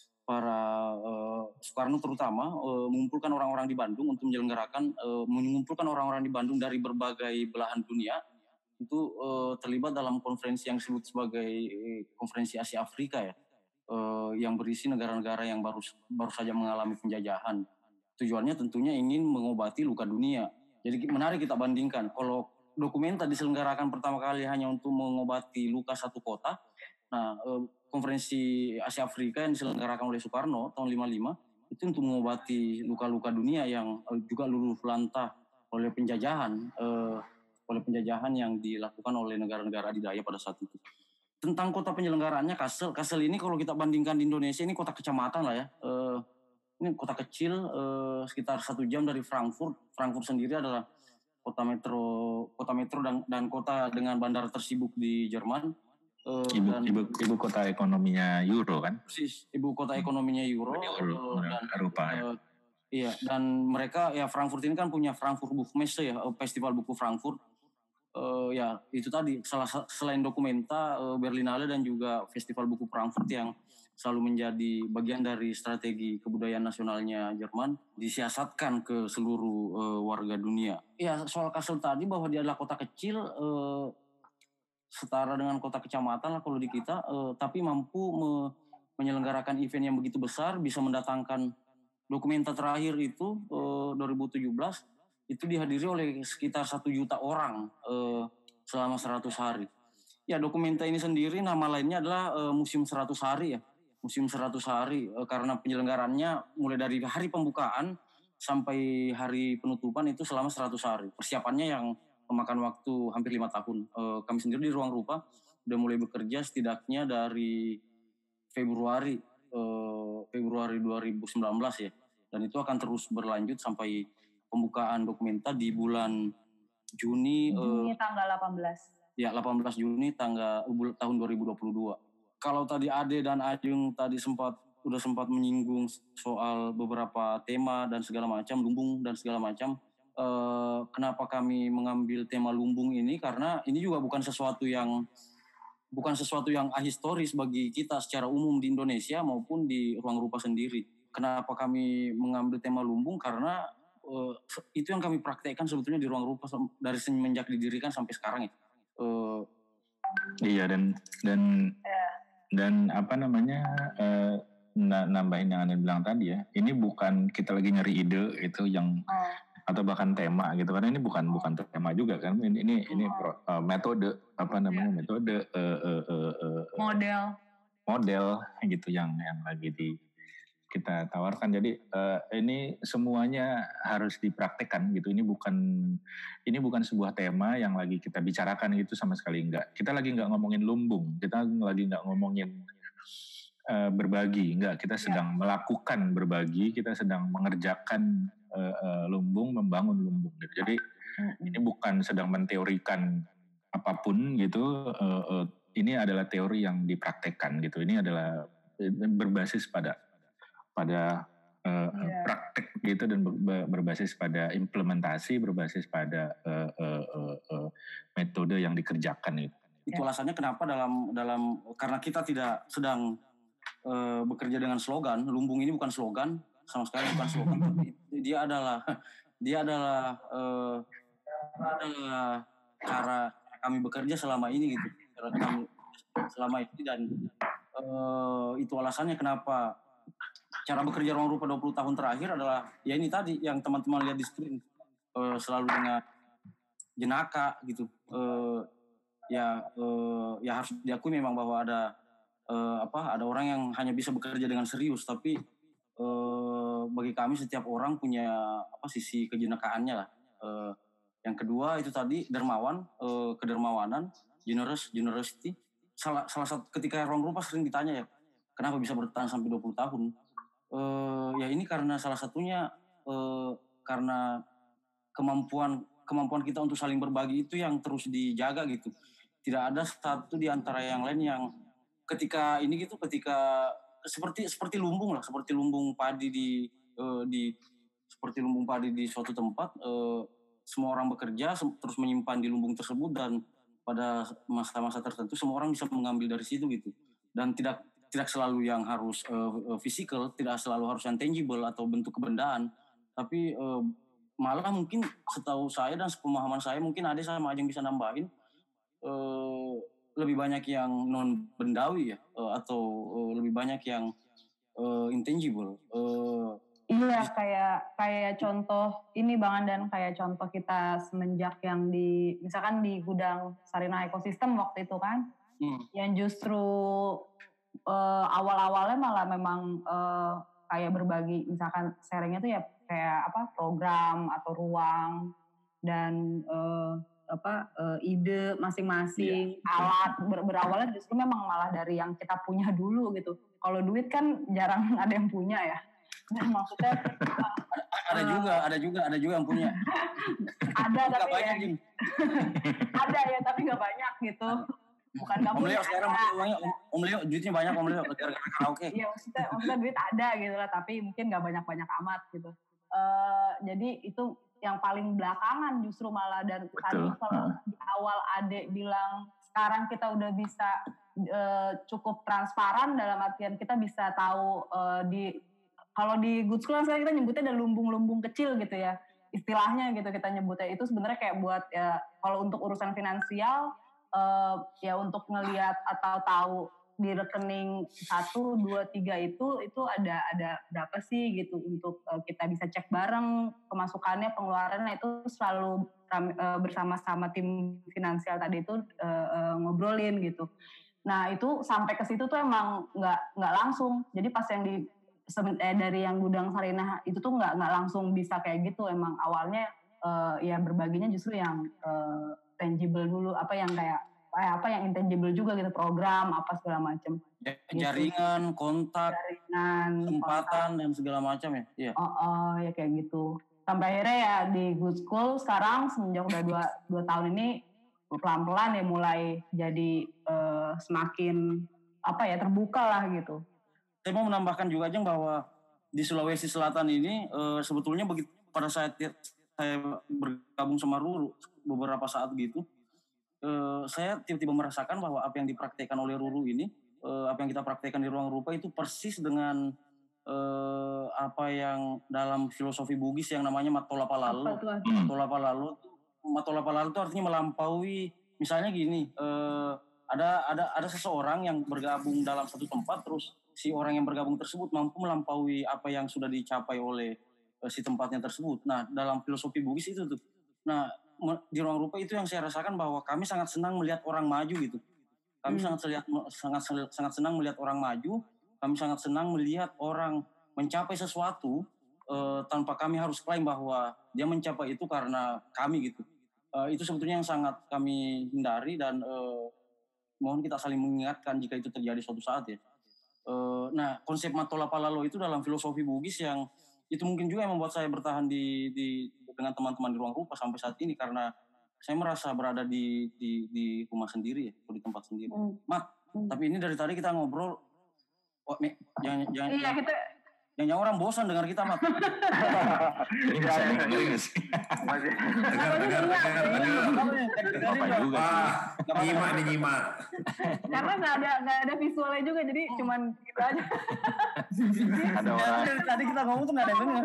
para uh, Soekarno terutama uh, mengumpulkan orang-orang di Bandung untuk menyelenggarakan uh, mengumpulkan orang-orang di Bandung dari berbagai belahan dunia itu uh, terlibat dalam konferensi yang disebut sebagai konferensi Asia Afrika ya, uh, yang berisi negara-negara yang baru baru saja mengalami penjajahan. Tujuannya tentunya ingin mengobati luka dunia. Jadi menarik kita bandingkan, kalau dokumenta diselenggarakan pertama kali hanya untuk mengobati luka satu kota, nah uh, konferensi Asia Afrika yang diselenggarakan oleh Soekarno tahun lima puluh lima itu untuk mengobati luka-luka dunia yang uh, juga luluh lantah oleh penjajahan. Uh, oleh penjajahan yang dilakukan oleh negara-negara adidaya pada saat itu. Tentang kota penyelenggaraannya Kassel, Kassel ini kalau kita bandingkan di Indonesia ini kota kecamatan lah ya. Uh, ini kota kecil uh, sekitar satu jam dari Frankfurt. Frankfurt sendiri adalah kota metro, kota metro dan, dan kota dengan bandara tersibuk di Jerman. Uh, ibu, dan, ibu, ibu kota ekonominya Euro kan? Persis, ibu kota ekonominya Euro. Euro, uh, dan, Eropa ya. Uh, iya, dan mereka ya Frankfurt ini kan punya Frankfurt Buchmesse ya, festival buku Frankfurt. Uh, ya itu tadi salah selain dokumenta uh, Berlinale dan juga festival buku Frankfurt yang selalu menjadi bagian dari strategi kebudayaan nasionalnya Jerman disiasatkan ke seluruh uh, warga dunia. Ya soal Kassel tadi bahwa dia adalah kota kecil uh, setara dengan kota kecamatan lah kalau di kita, uh, tapi mampu me- menyelenggarakan event yang begitu besar, bisa mendatangkan dokumenta terakhir itu uh, dua ribu tujuh belas itu dihadiri oleh sekitar satu juta orang eh, selama seratus hari. Ya dokumenta ini sendiri nama lainnya adalah eh, Museum seratus Hari ya. Museum seratus Hari eh, karena penyelenggarannya mulai dari hari pembukaan sampai hari penutupan itu selama seratus hari. Persiapannya yang memakan waktu hampir lima tahun. Eh, kami sendiri di Ruang Rupa sudah mulai bekerja setidaknya dari Februari eh, Februari dua ribu sembilan belas ya. Dan itu akan terus berlanjut sampai pembukaan dokumenta di bulan Juni Juni uh, tanggal delapan belas. Ya, delapan belas Juni tanggal uh, tahun dua ribu dua puluh dua. Kalau tadi Ade dan Ajeng tadi sempat udah sempat menyinggung soal beberapa tema dan segala macam, lumbung dan segala macam. Uh, kenapa kami mengambil tema lumbung ini? Karena ini juga bukan sesuatu yang bukan sesuatu yang ahistoris bagi kita secara umum di Indonesia maupun di Ruang Rupa sendiri. Kenapa kami mengambil tema lumbung? Karena Uh, itu yang kami praktekkan sebetulnya di Ruang Rupa dari semenjak didirikan sampai sekarang ya. Uh, iya dan dan yeah. dan apa namanya uh, nambahin yang Anda bilang tadi ya, ini bukan kita lagi nyari ide itu yang oh. atau bahkan tema gitu, karena ini bukan bukan tema juga kan, ini ini, oh. ini uh, metode apa namanya yeah. metode uh, uh, uh, uh, model model gitu yang yang lagi di kita tawarkan. Jadi uh, ini semuanya harus dipraktekkan gitu. Ini bukan ini bukan sebuah tema yang lagi kita bicarakan gitu, sama sekali enggak. Kita lagi enggak ngomongin lumbung, kita lagi enggak ngomongin uh, berbagi, enggak. Kita sedang ya. melakukan berbagi, kita sedang mengerjakan uh, uh, lumbung, membangun lumbung gitu. Jadi hmm. ini bukan sedang menteorikan apapun gitu. Uh, uh, ini adalah teori yang dipraktekkan gitu. Ini adalah berbasis pada pada uh, yeah. praktek gitu dan ber, berbasis pada implementasi, berbasis pada uh, uh, uh, uh, metode yang dikerjakan itu. Itu alasannya kenapa dalam dalam karena kita tidak sedang uh, bekerja dengan slogan. Lumbung ini bukan slogan, sama sekali bukan slogan. Tapi dia adalah dia adalah uh, adalah cara kami bekerja selama ini gitu. Cara kami selama ini dan uh, itu alasannya kenapa cara bekerja Ruang Rupa dua puluh tahun terakhir adalah ya ini tadi yang teman-teman lihat di screen, uh, selalu dengan jenaka gitu. Uh, ya uh, ya harus diakui memang bahwa ada uh, apa ada orang yang hanya bisa bekerja dengan serius, tapi uh, bagi kami setiap orang punya apa sisi kejenakaannya lah. Uh, yang kedua itu tadi dermawan, uh, kedermawanan, generous, generosity. Salah salah satu ketika Ruang Rupa sering ditanya ya, kenapa bisa bertahan sampai dua puluh tahun? Uh, ya ini karena salah satunya uh, karena kemampuan kemampuan kita untuk saling berbagi itu yang terus dijaga gitu. tidak ada satu di antara yang lain yang ketika ini gitu, ketika seperti seperti lumbung lah, seperti lumbung padi di uh, di seperti lumbung padi di suatu tempat, uh, semua orang bekerja terus menyimpan di lumbung tersebut, dan pada masa-masa tertentu semua orang bisa mengambil dari situ gitu. Dan tidak tidak selalu yang harus uh, physical, tidak selalu harus yang tangible atau bentuk kebendaan, tapi uh, malah mungkin setahu saya dan sepemahaman saya, mungkin ada sama aja yang bisa nambahin, uh, lebih banyak yang non bendawi ya, uh, atau uh, lebih banyak yang uh, intangible. Uh, iya, kayak kayak contoh ini Bang Andan, kayak contoh kita semenjak yang di misalkan di gudang Sarinah Ekosistem waktu itu kan, hmm. yang justru uh, awal-awalnya malah memang uh, kayak berbagi, misalkan sharingnya tuh ya kayak apa program atau ruang dan uh, apa uh, ide masing-masing, yeah. alat ber- berawalnya justru memang malah dari yang kita punya dulu gitu. Kalau duit kan jarang ada yang punya ya. Nah, maksudnya uh, ada uh, juga, ada juga, ada juga yang punya. ada tapi banyak, ya, ada ya tapi nggak banyak gitu. Bukan nggak punya. Om Leo sekarang uangnya, Om Leo duitnya banyak, Om Leo gara-gara karaoke. Iya maksudnya, maksudnya duit ada gitu lah, tapi mungkin nggak banyak-banyak amat gitu. Uh, jadi itu yang paling belakangan justru malah, dan tadi kalau di awal Ade bilang sekarang kita udah bisa uh, cukup transparan dalam artian kita bisa tahu uh, di kalau di Good School sekarang kita nyebutnya ada lumbung-lumbung kecil gitu ya istilahnya gitu kita nyebutnya, itu sebenarnya kayak buat ya kalau untuk urusan finansial uh, ya untuk ngelihat atau tahu di rekening satu, dua, tiga itu itu ada ada berapa sih gitu untuk uh, kita bisa cek bareng pemasukannya, pengeluarannya, itu selalu uh, bersama-sama tim finansial tadi itu uh, uh, ngobrolin gitu. Nah itu sampai ke situ tuh emang nggak nggak langsung. Jadi pas yang di eh, dari yang gudang Sarinah itu tuh nggak nggak langsung bisa kayak gitu. Emang awalnya uh, ya berbaginya justru yang uh, tangible dulu, apa yang kayak apa yang intangible juga gitu, program apa segala macam, jaringan, kontak, jaringan, kesempatan dan segala macam ya. Iya. Oh, oh ya kayak gitu. Sampai akhirnya ya di Good School sekarang semenjak udah dua, dua tahun ini pelan-pelan ya mulai jadi uh, semakin apa ya terbuka lah gitu. Saya mau menambahkan juga aja bahwa di Sulawesi Selatan ini uh, sebetulnya begitu pada saat saya bergabung sama Ruru beberapa saat gitu. Uh, saya tiba-tiba merasakan bahwa apa yang dipraktekkan oleh Ruru ini, uh, apa yang kita praktekkan di ruang rupa itu persis dengan uh, apa yang dalam filosofi Bugis yang namanya Matolapalalo. Matolapalalo, Matolapalalo itu artinya melampaui. Misalnya gini, uh, ada ada ada seseorang yang bergabung dalam satu tempat, terus si orang yang bergabung tersebut mampu melampaui apa yang sudah dicapai oleh uh, si tempatnya tersebut. Nah, dalam filosofi Bugis itu tuh. Nah, di ruang rupa itu yang saya rasakan bahwa kami sangat senang melihat orang maju gitu. Kami hmm. sangat lihat, sangat sangat senang melihat orang maju. Kami sangat senang melihat orang mencapai sesuatu uh, tanpa kami harus klaim bahwa dia mencapai itu karena kami gitu. Uh, itu sebetulnya yang sangat kami hindari, dan uh, mohon kita saling mengingatkan jika itu terjadi suatu saat ya. Uh, nah, konsep Matolapalalo itu dalam filosofi Bugis yang itu mungkin juga yang membuat saya bertahan di, di dengan teman-teman di ruang rupa sampai saat ini, karena saya merasa berada di di, di rumah sendiri ya, atau di tempat sendiri. Hmm. Mat, hmm. tapi ini dari tadi kita ngobrol, oh, nih, jangan jangan iya, kita yang yang orang bosan dengar kita, Mat. Ini bisa dengar nggak sih? Masih. Dengar, dengar, dengar. Nyimak nih, nyimak. Karena nggak ada nggak ada visualnya juga, jadi cuman gitu aja. Ada orang. Tadi kita ngomong tuh nggak ada yang dengar.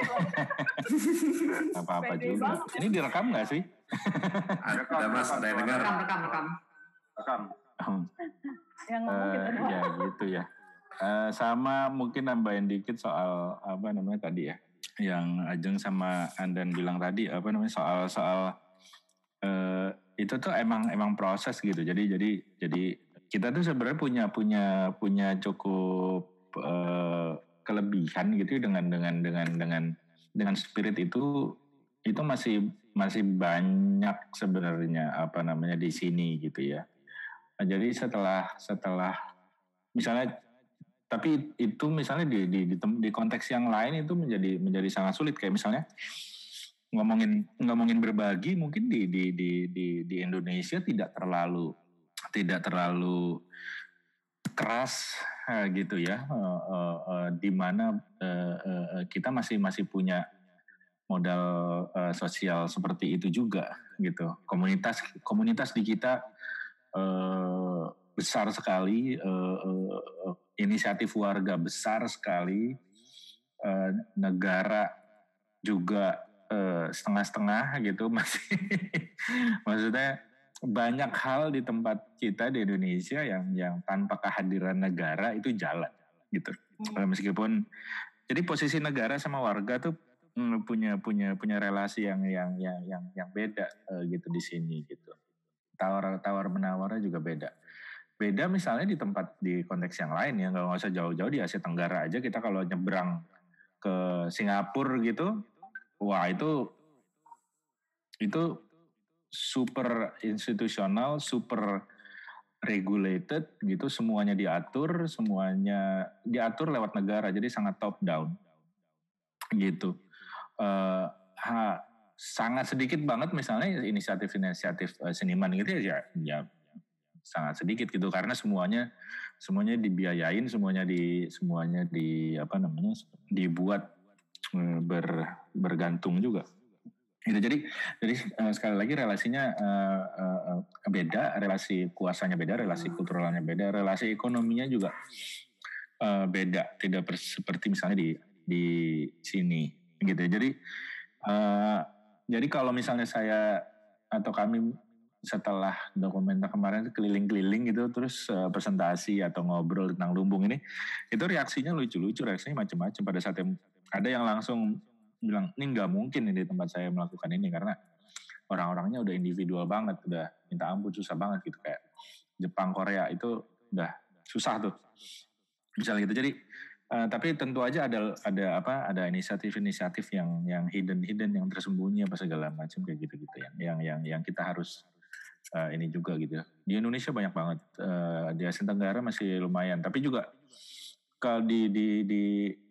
Apa-apa juga. Ini direkam nggak sih? Ada Mas, ada yang dengar. Rekam, rekam, rekam. Rekam. Yang ngomong kita doang. Ya gitu ya. Uh, sama mungkin nambahin dikit soal apa namanya tadi ya, yang Ajeng sama Andan bilang tadi apa namanya soal soal uh, itu tuh emang emang proses gitu. Jadi jadi jadi kita tuh sebenarnya punya punya punya cukup uh, kelebihan gitu dengan dengan dengan dengan dengan spirit itu itu masih masih banyak sebenarnya apa namanya di sini gitu ya. Nah, jadi setelah setelah misalnya, tapi itu misalnya di, di di di konteks yang lain itu menjadi menjadi sangat sulit, kayak misalnya ngomongin ngomongin berbagi mungkin di di di di di Indonesia tidak terlalu tidak terlalu keras uh, gitu ya, uh, uh, uh, di mana uh, uh, kita masih masih punya modal uh, sosial seperti itu juga gitu. Komunitas komunitas di kita uh, besar sekali, uh, uh, inisiatif warga besar sekali, uh, negara juga uh, setengah-setengah gitu masih. Maksudnya banyak hal di tempat kita di Indonesia yang yang tanpa kehadiran negara itu jalan gitu. Hmm. Meskipun jadi posisi negara sama warga tuh mm, punya punya punya relasi yang yang yang yang yang beda uh, gitu di sini gitu. Tawar tawar menawarnya juga beda. Beda misalnya di tempat di konteks yang lain ya, nggak usah jauh-jauh di Asia Tenggara aja kita kalau nyebrang ke Singapura gitu, wah itu itu super institusional, super regulated gitu, semuanya diatur, semuanya diatur lewat negara, jadi sangat top down gitu. Uh, ha, sangat sedikit banget misalnya inisiatif-inisiatif uh, seniman gitu ya, ya sangat sedikit gitu karena semuanya semuanya dibiayain, semuanya di semuanya di apa namanya dibuat uh, ber, bergantung juga. Gitu. Jadi, jadi uh, sekali lagi relasinya uh, uh, beda, relasi kuasanya beda, relasi kulturalnya beda, relasi ekonominya juga uh, beda, tidak seperti misalnya di di sini, gitu. Jadi, uh, jadi kalau misalnya saya atau kami setelah dokumenter kemarin keliling-keliling gitu, terus uh, presentasi atau ngobrol tentang lumbung ini, itu reaksinya lucu-lucu, reaksinya macam-macam. Pada saat yang ada yang langsung bilang ini nggak mungkin ini di tempat saya melakukan ini karena orang-orangnya udah individual banget, udah minta ampun susah banget gitu kayak Jepang Korea itu udah susah tuh misalnya gitu. Jadi uh, tapi tentu aja ada ada apa ada inisiatif-inisiatif yang yang hidden hidden yang tersembunyi apa segala macam kayak gitu-gitu yang yang yang yang kita harus uh, ini juga gitu. Di Indonesia banyak banget, uh, di Asia Tenggara masih lumayan, tapi juga kalau di di di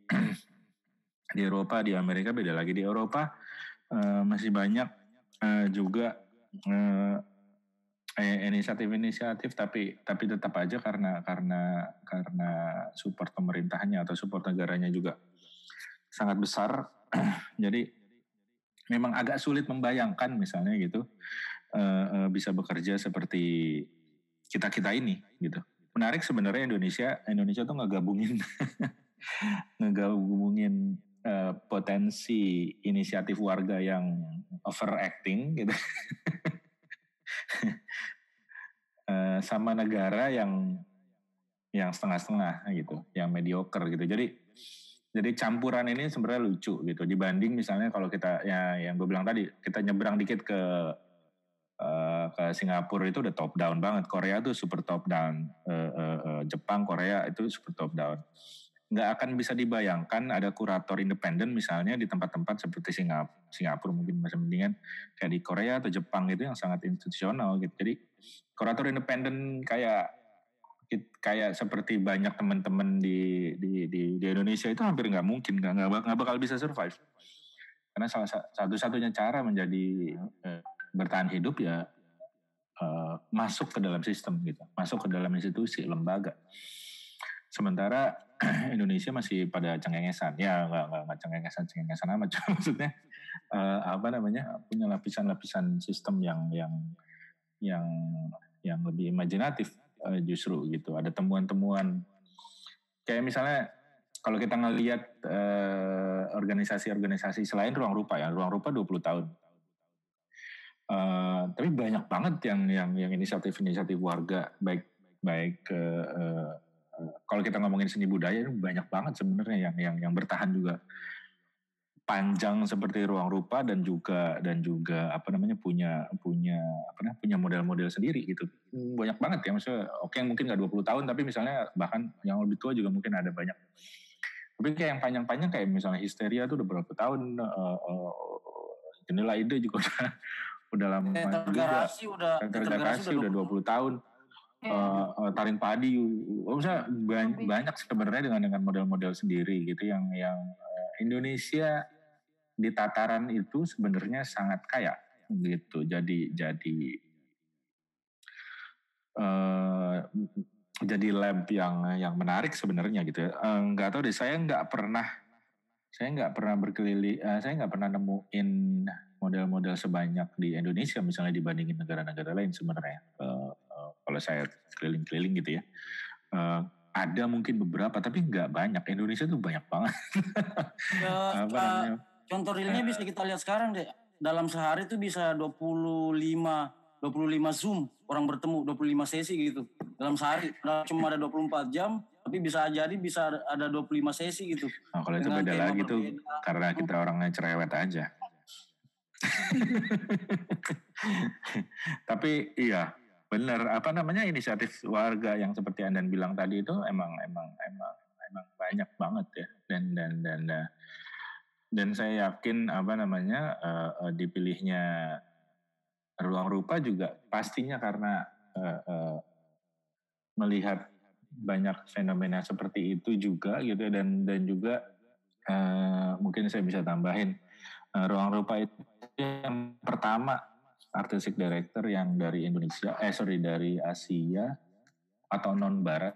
di Eropa, di Amerika beda lagi. Di Eropa uh, masih banyak uh, juga uh, inisiatif-inisiatif, tapi tapi tetap aja karena karena karena support pemerintahnya atau support negaranya juga sangat besar. Jadi memang agak sulit membayangkan misalnya gitu uh, uh, bisa bekerja seperti kita kita ini gitu. Menarik sebenarnya Indonesia Indonesia tuh ngegabungin ngegabungin Uh, potensi inisiatif warga yang overacting gitu uh, sama negara yang yang setengah-setengah gitu, yang mediocre gitu. Jadi jadi campuran ini sebenarnya lucu gitu dibanding misalnya kalau kita ya yang gue bilang tadi kita nyebrang dikit ke uh, ke Singapura itu udah top down banget, Korea tuh super top down, uh, uh, uh, Jepang Korea itu super top down. Nggak akan bisa dibayangkan ada kurator independen misalnya di tempat-tempat seperti Singapura, Singapura mungkin masih mendingan kayak di Korea atau Jepang itu yang sangat institusional gitu. Jadi kurator independen kayak kayak seperti banyak teman-teman di, di di di Indonesia itu hampir nggak mungkin, nggak nggak bakal bisa survive. Karena salah satu-satunya cara menjadi eh, bertahan hidup ya eh, masuk ke dalam sistem gitu, masuk ke dalam institusi lembaga. Sementara Indonesia masih pada cengengesan, ya nggak nggak nggak cengengesan cengengesan amat, maksudnya uh, apa namanya punya lapisan-lapisan sistem yang yang yang yang lebih imajinatif uh, justru gitu. Ada temuan-temuan kayak misalnya kalau kita ngelihat uh, organisasi-organisasi selain Ruang Rupa ya, Ruang Rupa dua puluh tahun. Uh, tapi banyak banget yang yang yang inisiatif-inisiatif warga baik baik uh, kalau kita ngomongin seni budaya banyak banget sebenarnya yang yang yang bertahan juga panjang seperti Ruang Rupa dan juga dan juga apa namanya punya punya apa namanya punya model-model sendiri gitu. Banyak banget ya, maksudnya oke mungkin nggak dua puluh tahun tapi misalnya bahkan yang lebih tua juga mungkin ada banyak. Tapi kayak yang panjang-panjang kayak misalnya Histeria tuh udah berapa tahun, uh, uh, Jendela Ide juga udah udah lama juga. Udah Tergarasi udah dua puluh tahun. Uh, uh, taring padi, oh, misalnya banyak, banyak sebenarnya dengan dengan model-model sendiri gitu yang yang uh, Indonesia di tataran itu sebenarnya sangat kaya gitu. Jadi jadi uh, jadi lab yang yang menarik sebenarnya gitu ya. Nggak uh, tahu deh, saya nggak pernah saya nggak pernah berkeliling, uh, saya nggak pernah nemuin model-model sebanyak di Indonesia misalnya dibandingin negara-negara lain sebenarnya. Uh, uh, kalau saya keliling-keliling gitu ya, uh, ada mungkin beberapa tapi nggak banyak. Indonesia tuh banyak banget. Ya, Apa uh, contoh realnya uh, bisa kita lihat sekarang deh. Dalam sehari tuh bisa dua puluh lima Zoom orang bertemu, dua puluh lima sesi gitu dalam sehari. Cuma ada dua puluh empat jam, tapi bisa jadi bisa ada dua puluh lima sesi gitu. Nah, kalau itu beda lagi tuh karena kita orangnya cerewet aja. Tapi iya benar, apa namanya, inisiatif warga yang seperti Andan bilang tadi itu emang emang emang emang banyak banget ya, dan dan dan dan saya yakin apa namanya uh, uh, dipilihnya Ruang Rupa juga pastinya karena uh, uh, melihat banyak fenomena seperti itu juga gitu, dan dan juga uh, mungkin saya bisa tambahin uh, Ruang Rupa itu yang pertama artistic director yang dari Indonesia, eh sorry dari Asia atau non Barat,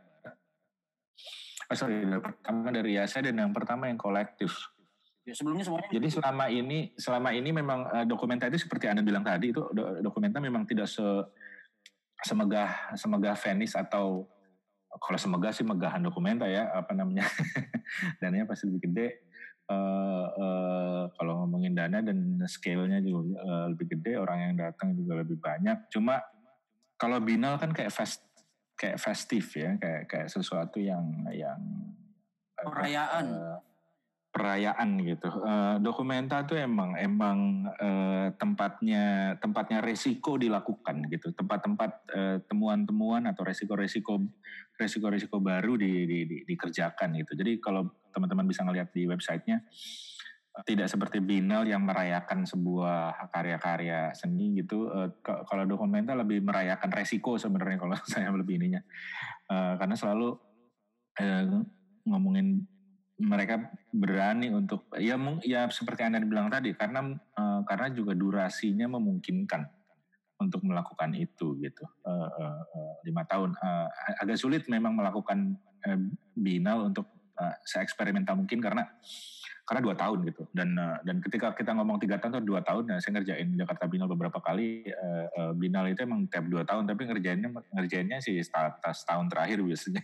oh, sorry yang pertama dari Asia dan yang pertama yang kolektif. Ya, sebelumnya semuanya. Jadi selama ini selama ini memang uh, dokumenta itu seperti Anda bilang tadi itu do, dokumenta memang tidak se semegah semegah Venice, atau kalau semegah sih megahan dokumenta ya apa namanya dananya pasti lebih gede. Uh, uh, kalau ngomongin dana dan scale-nya juga uh, lebih gede, orang yang datang juga lebih banyak. Cuma kalau Binal kan kayak fest, kayak festif ya, kayak kayak sesuatu yang yang perayaan, uh, perayaan gitu. Uh, dokumenta tuh emang emang uh, tempatnya tempatnya resiko dilakukan gitu, tempat-tempat uh, temuan-temuan atau resiko-resiko resiko-resiko baru di, di, di, dikerjakan gitu. Jadi kalau teman-teman bisa ngelihat di websitenya, tidak seperti Binal yang merayakan sebuah karya-karya seni gitu. Uh, kalau dokumenta lebih merayakan resiko sebenarnya kalau saya lebih ininya, uh, karena selalu uh, ngomongin mereka berani untuk ya ya seperti Anda bilang tadi, karena uh, karena juga durasinya memungkinkan untuk melakukan itu gitu. Uh, uh, uh, lima tahun uh, agak sulit memang melakukan uh, Binal untuk uh, se-eksperimental mungkin karena karena dua tahun gitu, dan uh, dan ketika kita ngomong tiga tahun atau dua tahun, nah saya ngerjain Jakarta Binal beberapa kali. uh, uh, Binal itu emang tiap dua tahun, tapi ngerjainnya ngerjainnya sih setahun, setahun terakhir biasanya.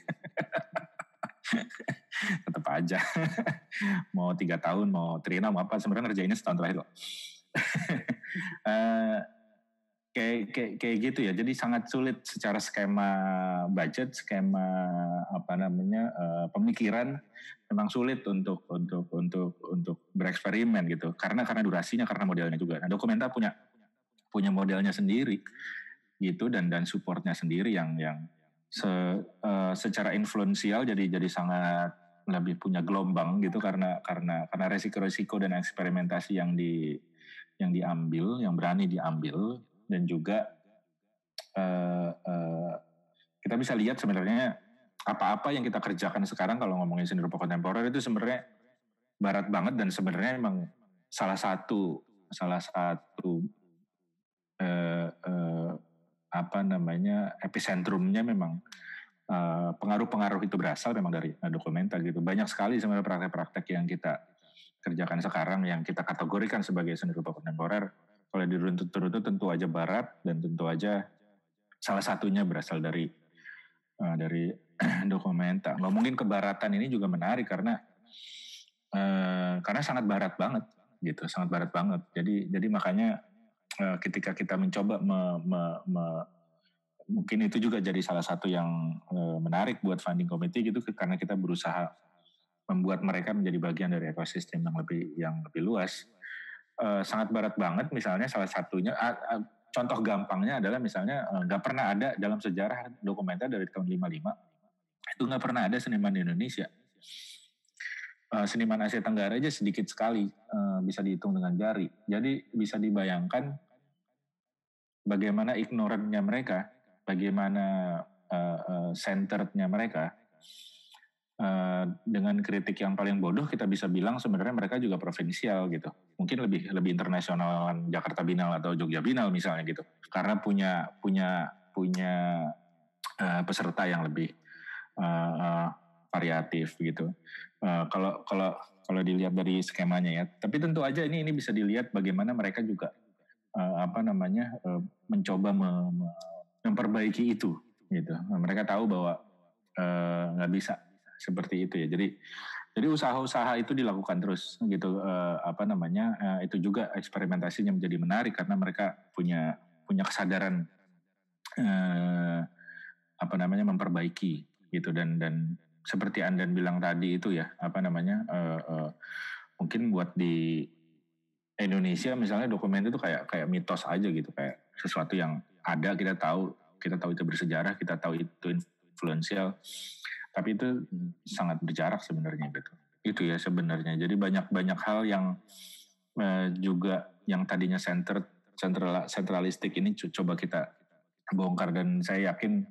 Tetap aja mau tiga tahun mau Trina mau apa sebenarnya ngerjainnya setahun terakhir loh. uh, kayak, kayak kayak gitu ya, jadi sangat sulit secara skema budget, skema apa namanya uh, pemikiran, memang sulit untuk untuk untuk untuk bereksperimen gitu, karena karena durasinya, karena modelnya juga. Nah dokumenta punya punya modelnya sendiri gitu, dan dan supportnya sendiri yang yang se, uh, secara influensial jadi jadi sangat lebih punya gelombang gitu, karena karena karena resiko-resiko dan eksperimentasi yang di yang diambil, yang berani diambil, dan juga uh, uh, kita bisa lihat sebenarnya apa-apa yang kita kerjakan sekarang kalau ngomongin seni rupa kontemporer itu sebenarnya barat banget, dan sebenarnya memang salah satu salah satu uh, uh, apa namanya epicentrumnya memang uh, pengaruh-pengaruh itu berasal memang dari uh, dokumenta gitu. Banyak sekali sebenarnya praktek-praktek yang kita kerjakan sekarang yang kita kategorikan sebagai seni rupa kontemporer. Kalau diruntut-runtut tentu aja barat, dan tentu aja salah satunya berasal dari uh, dari dokumenta. Ngomongin kebaratan ini juga menarik karena uh, karena sangat barat banget gitu, sangat barat banget. Jadi jadi makanya uh, ketika kita mencoba me, me, me, mungkin itu juga jadi salah satu yang uh, menarik buat funding committee gitu, karena kita berusaha membuat mereka menjadi bagian dari ekosistem yang lebih yang lebih luas. Uh, sangat barat banget, misalnya salah satunya uh, uh, contoh gampangnya adalah misalnya nggak uh, pernah ada dalam sejarah dokumenta dari tahun lima puluh lima itu nggak pernah ada seniman di Indonesia. Uh, seniman Asia Tenggara aja sedikit sekali, uh, bisa dihitung dengan jari. Jadi bisa dibayangkan bagaimana ignorantnya mereka, bagaimana uh, uh, centerednya mereka. Uh, dengan kritik yang paling bodoh kita bisa bilang sebenarnya mereka juga provinsial gitu, mungkin lebih lebih internasional Jakarta Binal atau Jogja Binal misalnya gitu, karena punya punya punya uh, peserta yang lebih uh, uh, variatif gitu. Uh, kalau kalau kalau dilihat dari skemanya ya, tapi tentu aja ini ini bisa dilihat bagaimana mereka juga uh, apa namanya uh, mencoba me, me, memperbaiki itu gitu. Mereka tahu bahwa nggak uh, bisa seperti itu ya. Jadi jadi usaha-usaha itu dilakukan terus gitu. Uh, apa namanya uh, itu juga eksperimentasinya menjadi menarik karena mereka punya punya kesadaran uh, apa namanya memperbaiki gitu dan dan seperti Andan bilang tadi itu ya apa namanya uh, uh, mungkin buat di Indonesia misalnya dokumen itu kayak kayak mitos aja gitu, kayak sesuatu yang ada, kita tahu kita tahu itu bersejarah, kita tahu itu influensial, tapi itu sangat berjarak sebenarnya gitu. Itu ya sebenarnya. Jadi banyak-banyak hal yang uh, juga yang tadinya center central sentralistik ini coba kita bongkar, dan saya yakin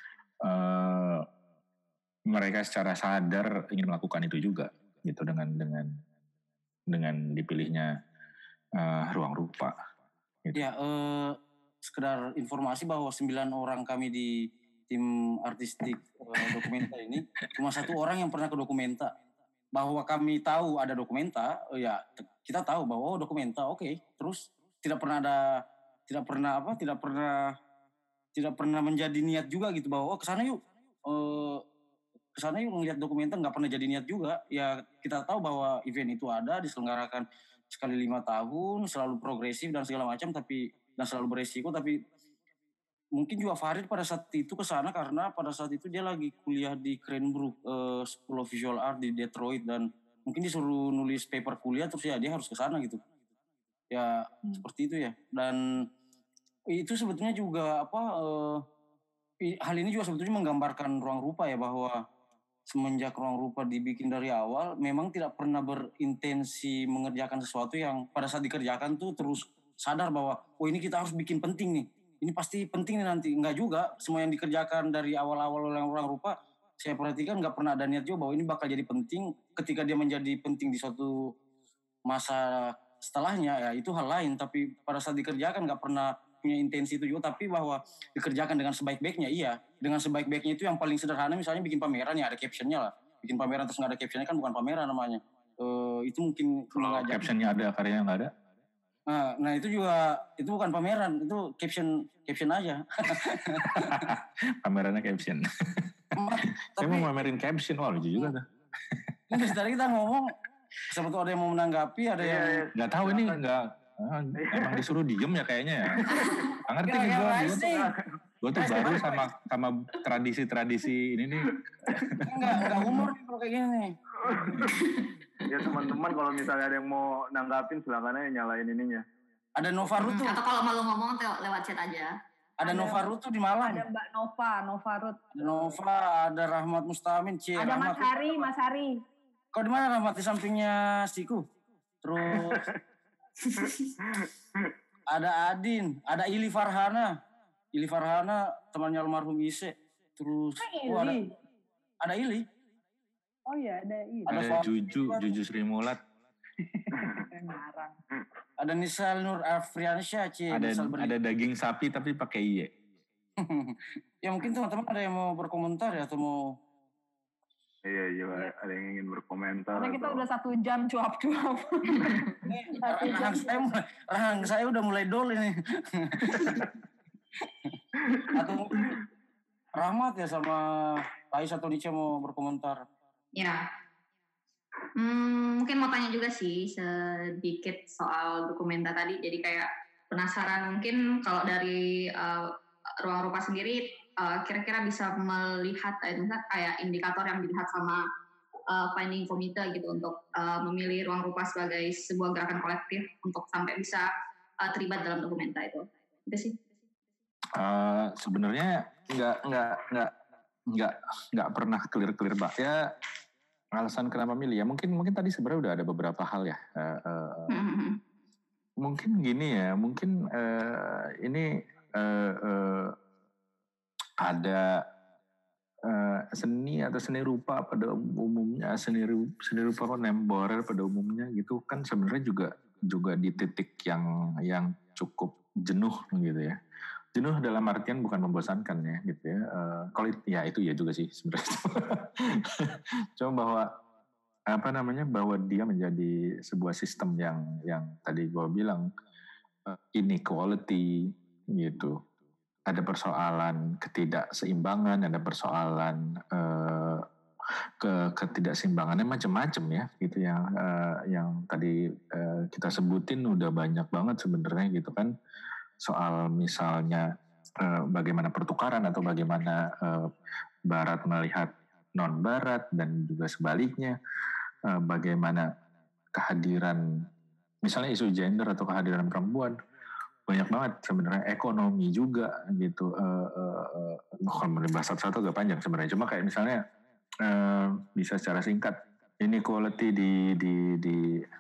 uh, mereka secara sadar ingin melakukan itu juga gitu dengan dengan dengan dipilihnya uh, ruang rupa. Gitu. Ya, uh, sekedar informasi bahwa sembilan orang kami di tim artistik uh, Dokumenta ini cuma satu orang yang pernah ke Dokumenta. Bahwa kami tahu ada Dokumenta, uh, ya kita tahu bahwa oh, Dokumenta, oke. Okay. Terus tidak pernah ada, tidak pernah apa, tidak pernah, tidak pernah menjadi niat juga gitu bahwa oh kesana yuk, uh, kesana yuk ngeliat Dokumenta, nggak pernah jadi niat juga. Ya kita tahu bahwa event itu ada, diselenggarakan sekali lima tahun, selalu progresif dan segala macam, tapi dan selalu beresiko, tapi mungkin juga Farid pada saat itu ke sana karena pada saat itu dia lagi kuliah di Cranbrook uh, School of Visual Art di Detroit, dan mungkin disuruh nulis paper kuliah terus ya dia harus ke sana gitu. Ya hmm. seperti itu ya. Dan itu sebetulnya juga apa uh, hal ini juga sebetulnya menggambarkan ruang rupa ya, bahwa semenjak ruang rupa dibikin dari awal memang tidak pernah berintensi mengerjakan sesuatu yang pada saat dikerjakan tuh terus sadar bahwa oh ini kita harus bikin penting nih, ini pasti penting nih nanti. Enggak juga, semua yang dikerjakan dari awal-awal oleh ruang rupa saya perhatikan nggak pernah ada niat juga bahwa ini bakal jadi penting. Ketika dia menjadi penting di suatu masa setelahnya ya itu hal lain, tapi pada saat dikerjakan nggak pernah punya intensi itu juga, tapi bahwa dikerjakan dengan sebaik-baiknya, iya. Dengan sebaik-baiknya itu yang paling sederhana misalnya bikin pameran ya ada captionnya lah. Bikin pameran terus nggak ada captionnya kan bukan pameran namanya. Uh, itu mungkin kalau captionnya ada, karyanya nggak ada. Nah, nah itu juga itu bukan pameran, itu caption caption aja. Pamerannya caption. Saya mau pamerin caption, wah lucu juga tuh. Ini tadi kita ngomong, siapa tuh ada yang mau menanggapi, ada yeah, yang yeah. nggak tahu ini nggak. Ah, emang disuruh diem ya kayaknya ya. Nggak ngerti nih gue. Gue tuh baru sama sama tradisi-tradisi ini nih. Enggak, enggak umur nih kalau kayak gini. Ya teman-teman kalau misalnya ada yang mau nanggapin silakan aja nyalain ininya. Ada Nova Ruth tuh. Atau kalau malu ngomong lewat chat aja. Ada, ada Nova Ruth tuh di Malang. Ada Mbak Nova, Nova Ruth. Ada Nova, ada Rahmat Mustamin, C. Ada Rahmat. Mas Hari, Mas Hari. Kau di mana Rahmat? Di sampingnya Siku. Terus ada Adin, ada Ili Farhana. Ili Farhana temannya almarhum Ise. Terus oh, ada ada Ili. Oh iya, ada Ili. Ada, ada Juju, Juju Sri Mulat. Ada Nisal Nur Afriansyah, C. Ada ada daging sapi tapi pakai iye. Ya mungkin teman-teman ada yang mau berkomentar ya atau mau. Iya, iya, ada yang ingin berkomentar. Karena kita atau... udah satu jam cuap-cuap. rahang, saya mulai, rahang saya udah mulai dol ini. Atau Rahmat ya sama Ais atau Nice mau berkomentar? Ya, hmm, mungkin mau tanya juga sih sedikit soal Dokumenta tadi. Jadi kayak penasaran mungkin kalau dari uh, ruang rupa sendiri, Uh, kira-kira bisa melihat eh, kayak indikator yang dilihat sama uh, finding komite gitu untuk uh, memilih ruang rupa sebagai sebuah gerakan kolektif untuk sampai bisa uh, terlibat dalam Dokumenta itu. Itu sih. Uh, sebenarnya nggak nggak nggak nggak nggak pernah clear-clear bah ya alasan kenapa milih ya mungkin mungkin tadi sebenarnya udah ada beberapa hal ya. Uh, uh, mm-hmm. Mungkin gini ya mungkin uh, ini. Uh, uh, ada uh, seni atau seni rupa pada umumnya, seni seni rupa kontemporer pada umumnya gitu kan sebenarnya juga juga di titik yang yang cukup jenuh gitu ya, jenuh dalam artian bukan membosankan ya gitu ya. Uh, kalau ya itu ya juga sih sebenarnya. Cuma bahwa apa namanya bahwa dia menjadi sebuah sistem yang yang tadi gue bilang uh, inequality gitu. Ada persoalan ketidakseimbangan, ada persoalan uh, ke ketidakseimbangannya macam-macam ya gitu yang uh, yang tadi uh, kita sebutin udah banyak banget sebenarnya gitu kan. Soal misalnya eh, bagaimana pertukaran atau bagaimana eh, Barat melihat non-Barat dan juga sebaliknya, eh, bagaimana kehadiran misalnya isu gender atau kehadiran perempuan banyak banget sebenarnya, ekonomi juga gitu. Eh, eh, kalau bahas satu-satu agak panjang sebenarnya, cuma kayak misalnya eh, bisa secara singkat inequality di di di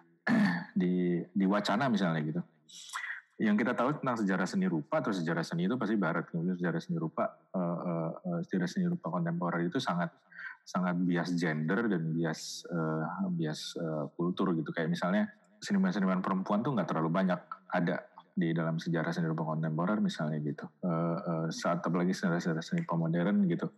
di di wacana misalnya gitu. Yang kita tahu tentang sejarah seni rupa atau sejarah seni itu pasti Barat, kemudian sejarah seni rupa, uh, uh, sejarah seni rupa kontemporer itu sangat sangat bias gender dan bias uh, bias uh, kultur gitu. Kayak misalnya seniman-seniman perempuan tuh nggak terlalu banyak ada di dalam sejarah seni rupa kontemporer misalnya gitu. Uh, uh, saat apalagi sejarah-sejarah seni rupa modern gitu,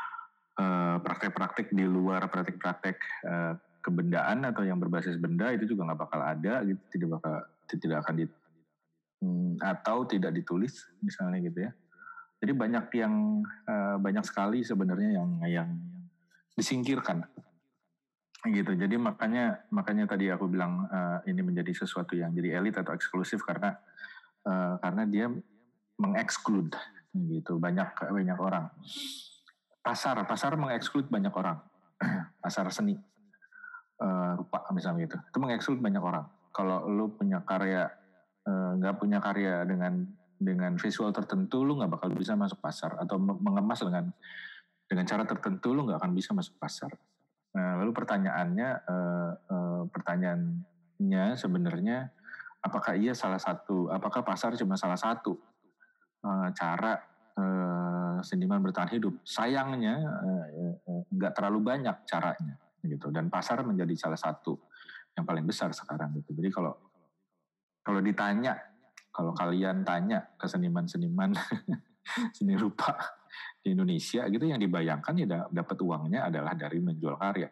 uh, praktek-praktek di luar praktek-praktek uh, kebendaan atau yang berbasis benda itu juga nggak bakal ada gitu, tidak bakal tidak akan di Hmm, atau tidak ditulis misalnya gitu ya. Jadi banyak yang uh, banyak sekali sebenarnya yang yang disingkirkan gitu. Jadi makanya makanya tadi aku bilang uh, ini menjadi sesuatu yang jadi elit atau eksklusif karena uh, karena dia mengeksklud gitu banyak banyak orang. Pasar pasar mengeksklud banyak orang. Pasar seni uh, rupa misalnya gitu. Itu mengeksklud banyak orang. Kalau lu punya karya nggak uh, punya karya dengan dengan visual tertentu, lu nggak bakal bisa masuk pasar, atau mengemas dengan dengan cara tertentu lu nggak akan bisa masuk pasar. Nah, lalu pertanyaannya uh, uh, pertanyaannya sebenarnya apakah iya salah satu, apakah pasar cuma salah satu uh, cara uh, seniman bertahan hidup? Sayangnya nggak uh, uh, terlalu banyak caranya gitu, dan pasar menjadi salah satu yang paling besar sekarang gitu. Jadi kalau Kalau ditanya, kalau kalian tanya ke seniman-seniman seni rupa di Indonesia gitu, yang dibayangkan ya dapat uangnya adalah dari menjual karya.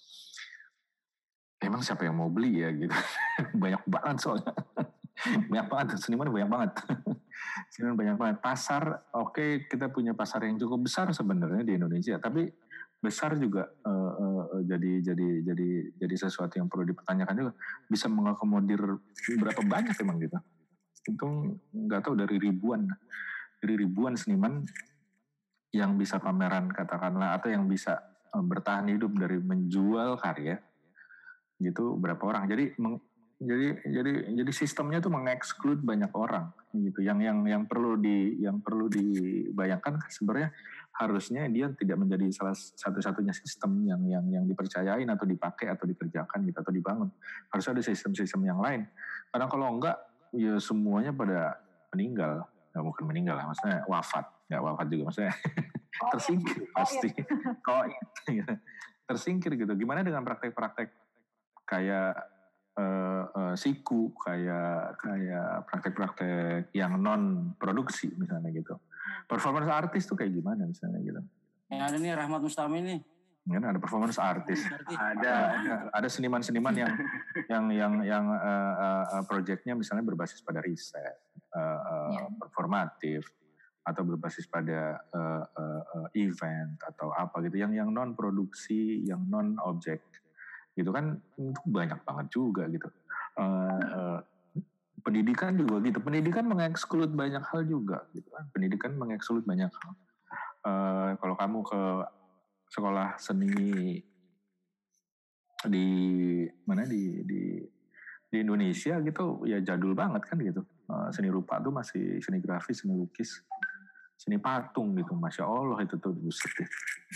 Emang siapa yang mau beli ya gitu? Banyak banget soalnya. Banyak banget, seniman banyak banget. Seniman banyak banget. Pasar, oke okay, kita punya pasar yang cukup besar sebenarnya di Indonesia, tapi besar juga uh, uh, jadi jadi jadi jadi sesuatu yang perlu dipertanyakan juga, bisa mengakomodir berapa banyak emang gitu. Itu nggak tahu dari ribuan dari ribuan seniman yang bisa pameran katakanlah, atau yang bisa uh, bertahan hidup dari menjual karya gitu, berapa orang. Jadi meng, jadi jadi jadi sistemnya tuh mengeksklud banyak orang gitu. Yang yang yang perlu di yang perlu dibayangkan sebenarnya harusnya dia tidak menjadi salah satu-satunya sistem yang yang yang dipercayain atau dipakai atau dikerjakan gitu atau dibangun. Harus ada sistem-sistem yang lain. Karena kalau enggak ya semuanya pada meninggal. Nggak mungkin meninggal lah, maksudnya wafat. Nggak wafat juga, maksudnya tersingkir pasti. Kok tersingkir gitu. Gimana dengan praktek-praktek kayak uh, uh, siku, kayak kayak praktek-praktek yang non produksi misalnya gitu. Performance artis tuh kayak gimana misalnya gitu? Yang ada nih Rahmat Mustami nih. Ya, ada performance artis. Ada ada, ada seniman-seniman yang yang yang yang uh, uh, proyeknya misalnya berbasis pada riset, uh, uh, yeah. performatif, atau berbasis pada uh, uh, uh, event atau apa gitu, yang yang non produksi, yang non objek. Gitu kan, itu banyak banget juga gitu. Uh, uh, pendidikan juga gitu. Pendidikan mengeksklud banyak hal juga gitu kan. Pendidikan mengeksklud banyak hal. Uh, kalau kamu ke sekolah seni di mana di di di Indonesia gitu ya jadul banget kan gitu. Uh, seni rupa tuh masih seni grafis, seni lukis, seni patung gitu. Masya Allah itu tuh buset deh.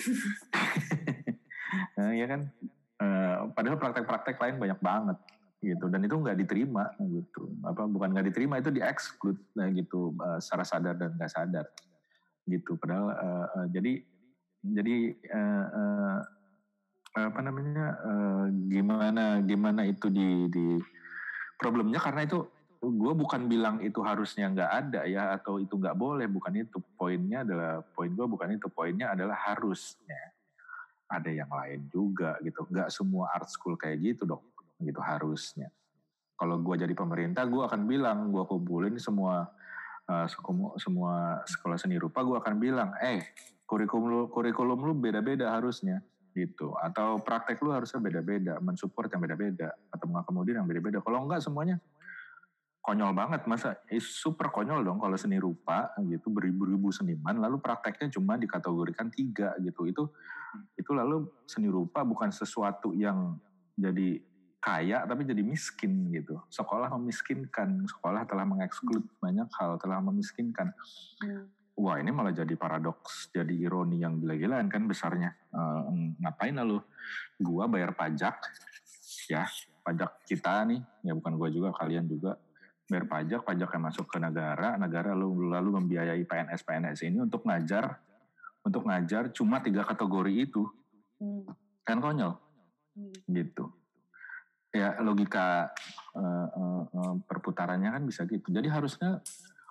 Nah, ya kan. Uh, padahal praktek-praktek lain banyak banget gitu, dan itu nggak diterima gitu, apa bukan nggak diterima, itu dieksklud nah, gitu uh, secara sadar dan nggak sadar gitu. Padahal uh, uh, jadi jadi uh, uh, apa namanya uh, gimana gimana itu di di problemnya karena itu gue bukan bilang itu harusnya nggak ada ya atau itu nggak boleh, bukan itu poinnya. Adalah poin gue bukan itu, poinnya adalah harusnya ada yang lain juga gitu. Nggak semua art school kayak gitu dong, gitu harusnya. Kalau gue jadi pemerintah, gue akan bilang, gue kumpulin semua uh, semua sekolah seni rupa, gue akan bilang, eh kurikulum lu, kurikulum lu beda-beda harusnya gitu, atau praktek lu harusnya beda-beda, mensupport yang beda-beda, atau mengakomodir yang beda-beda. Kalau enggak semuanya konyol banget, masa eh, super konyol dong kalau seni rupa gitu, beribu-ribu seniman lalu prakteknya cuma dikategorikan tiga gitu. Itu itu lalu seni rupa bukan sesuatu yang jadi kaya tapi jadi miskin gitu. Sekolah memiskinkan, sekolah telah mengeksklud banyak hal, telah memiskinkan. Wah, ini malah jadi paradoks, jadi ironi yang gila-gilaan kan besarnya. Uh, ngapain lalu gua bayar pajak ya, pajak kita nih, ya bukan gua juga, kalian juga bayar pajak, pajak yang masuk ke negara, negara lalu, lalu membiayai P N S P N S ini untuk ngajar, untuk ngajar cuma tiga kategori itu, hmm. kan konyol, hmm. gitu. Ya logika uh, uh, uh, perputarannya kan bisa gitu. Jadi harusnya,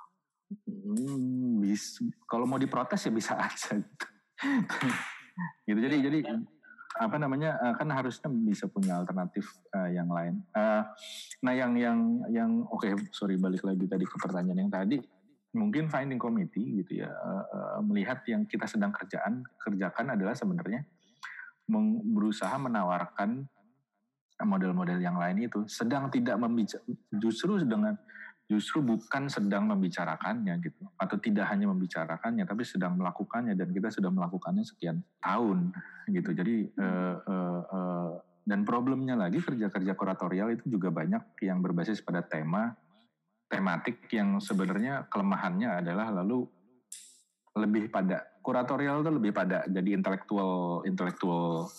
hmm, bis, kalau mau diprotes ya bisa aja gitu. gitu. Jadi jadi apa namanya kan harusnya bisa punya alternatif uh, yang lain. Uh, nah yang yang yang oke okay, sorry balik lagi tadi ke pertanyaan yang tadi, mungkin finding committee gitu ya, uh, uh, melihat yang kita sedang kerjaan kerjakan adalah sebenarnya meng, berusaha menawarkan model-model yang lain itu, sedang tidak membicara, justru dengan justru bukan sedang membicarakannya gitu, atau tidak hanya membicarakannya tapi sedang melakukannya, dan kita sudah melakukannya sekian tahun gitu. Jadi uh, uh, uh, dan problemnya lagi kerja-kerja kuratorial itu juga banyak yang berbasis pada tema tematik yang sebenarnya kelemahannya adalah lalu lebih pada kuratorial itu lebih pada jadi intelektual intelektual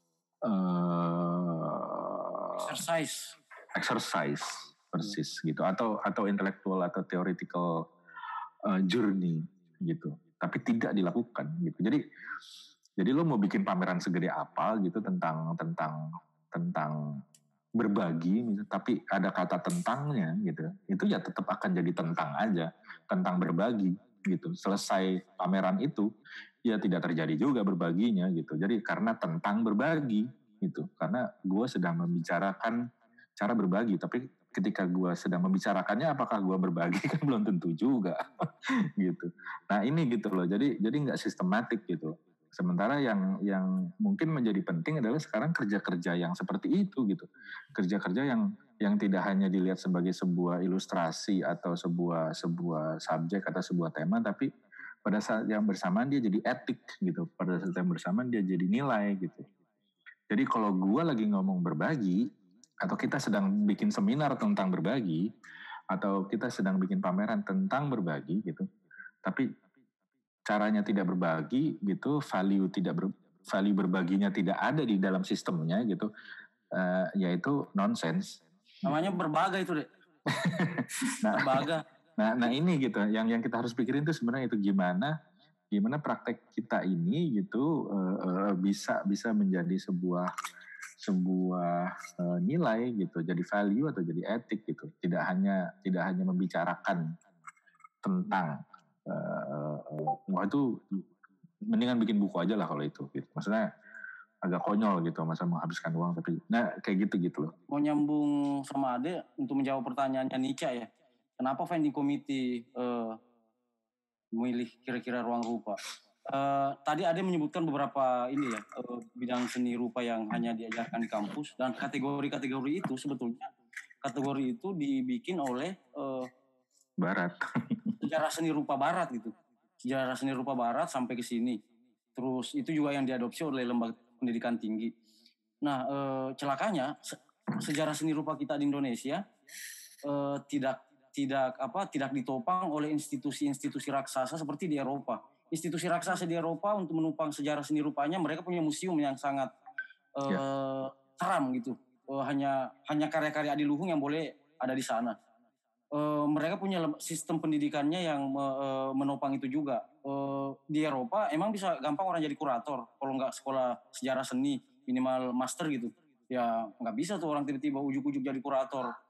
uh, exercise exercise persis gitu, atau atau intelektual atau theoretical uh, journey gitu, tapi tidak dilakukan gitu. Jadi jadi lo mau bikin pameran segede apa gitu tentang tentang tentang berbagi misalnya, tapi ada kata tentangnya gitu, itu ya tetap akan jadi tentang aja, tentang berbagi gitu. Selesai pameran itu ya tidak terjadi juga berbaginya gitu. Jadi karena tentang berbagi gitu, karena gue sedang membicarakan cara berbagi, tapi ketika gue sedang membicarakannya apakah gue berbagi kan belum tentu juga gitu. Nah ini gitu loh, jadi jadi nggak sistematik gitu. Sementara yang yang mungkin menjadi penting adalah sekarang kerja-kerja yang seperti itu gitu, kerja-kerja yang yang tidak hanya dilihat sebagai sebuah ilustrasi atau sebuah sebuah subjek atau sebuah tema, tapi pada saat yang bersamaan dia jadi etik gitu, pada saat yang bersamaan dia jadi nilai gitu. Jadi kalau gue lagi ngomong berbagi, atau kita sedang bikin seminar tentang berbagi, atau kita sedang bikin pameran tentang berbagi gitu, tapi caranya tidak berbagi gitu, value tidak ber, value berbaginya tidak ada di dalam sistemnya gitu, uh, yaitu nonsense. Namanya berbagai itu deh. nah, berbagai. Nah, nah ini gitu, yang yang kita harus pikirin itu sebenarnya itu gimana, gimana praktek kita ini gitu uh, uh, bisa bisa menjadi sebuah sebuah uh, nilai gitu, jadi value atau jadi etik gitu, tidak hanya tidak hanya membicarakan tentang uh, uh, wah itu mendingan bikin buku aja lah kalau itu gitu. Maksudnya agak konyol gitu, masa menghabiskan uang tapi nah kayak gitu gitu loh. Mau nyambung sama Ade untuk menjawab pertanyaannya Nica ya, kenapa finding committee uh, memilih kira-kira ruang rupa? Uh, tadi Ade menyebutkan beberapa ini ya, uh, bidang seni rupa yang hanya diajarkan di kampus, dan kategori-kategori itu sebetulnya kategori itu dibikin oleh uh, Barat. sejarah seni rupa Barat gitu, sejarah seni rupa Barat sampai ke sini. Terus itu juga yang diadopsi oleh lembaga pendidikan tinggi. Nah, uh, celakanya se- sejarah seni rupa kita di Indonesia uh, tidak tidak apa tidak ditopang oleh institusi-institusi raksasa seperti di Eropa. Institusi raksasa di Eropa untuk menopang sejarah seni rupanya, mereka punya museum yang sangat uh, yeah. seram gitu. Uh, hanya hanya karya-karya adiluhung yang boleh ada di sana. Uh, mereka punya sistem pendidikannya yang uh, menopang itu juga. Uh, di Eropa emang bisa gampang orang jadi kurator kalau nggak sekolah sejarah seni minimal master gitu. Ya nggak bisa tuh orang tiba-tiba ujuk-ujuk jadi kurator.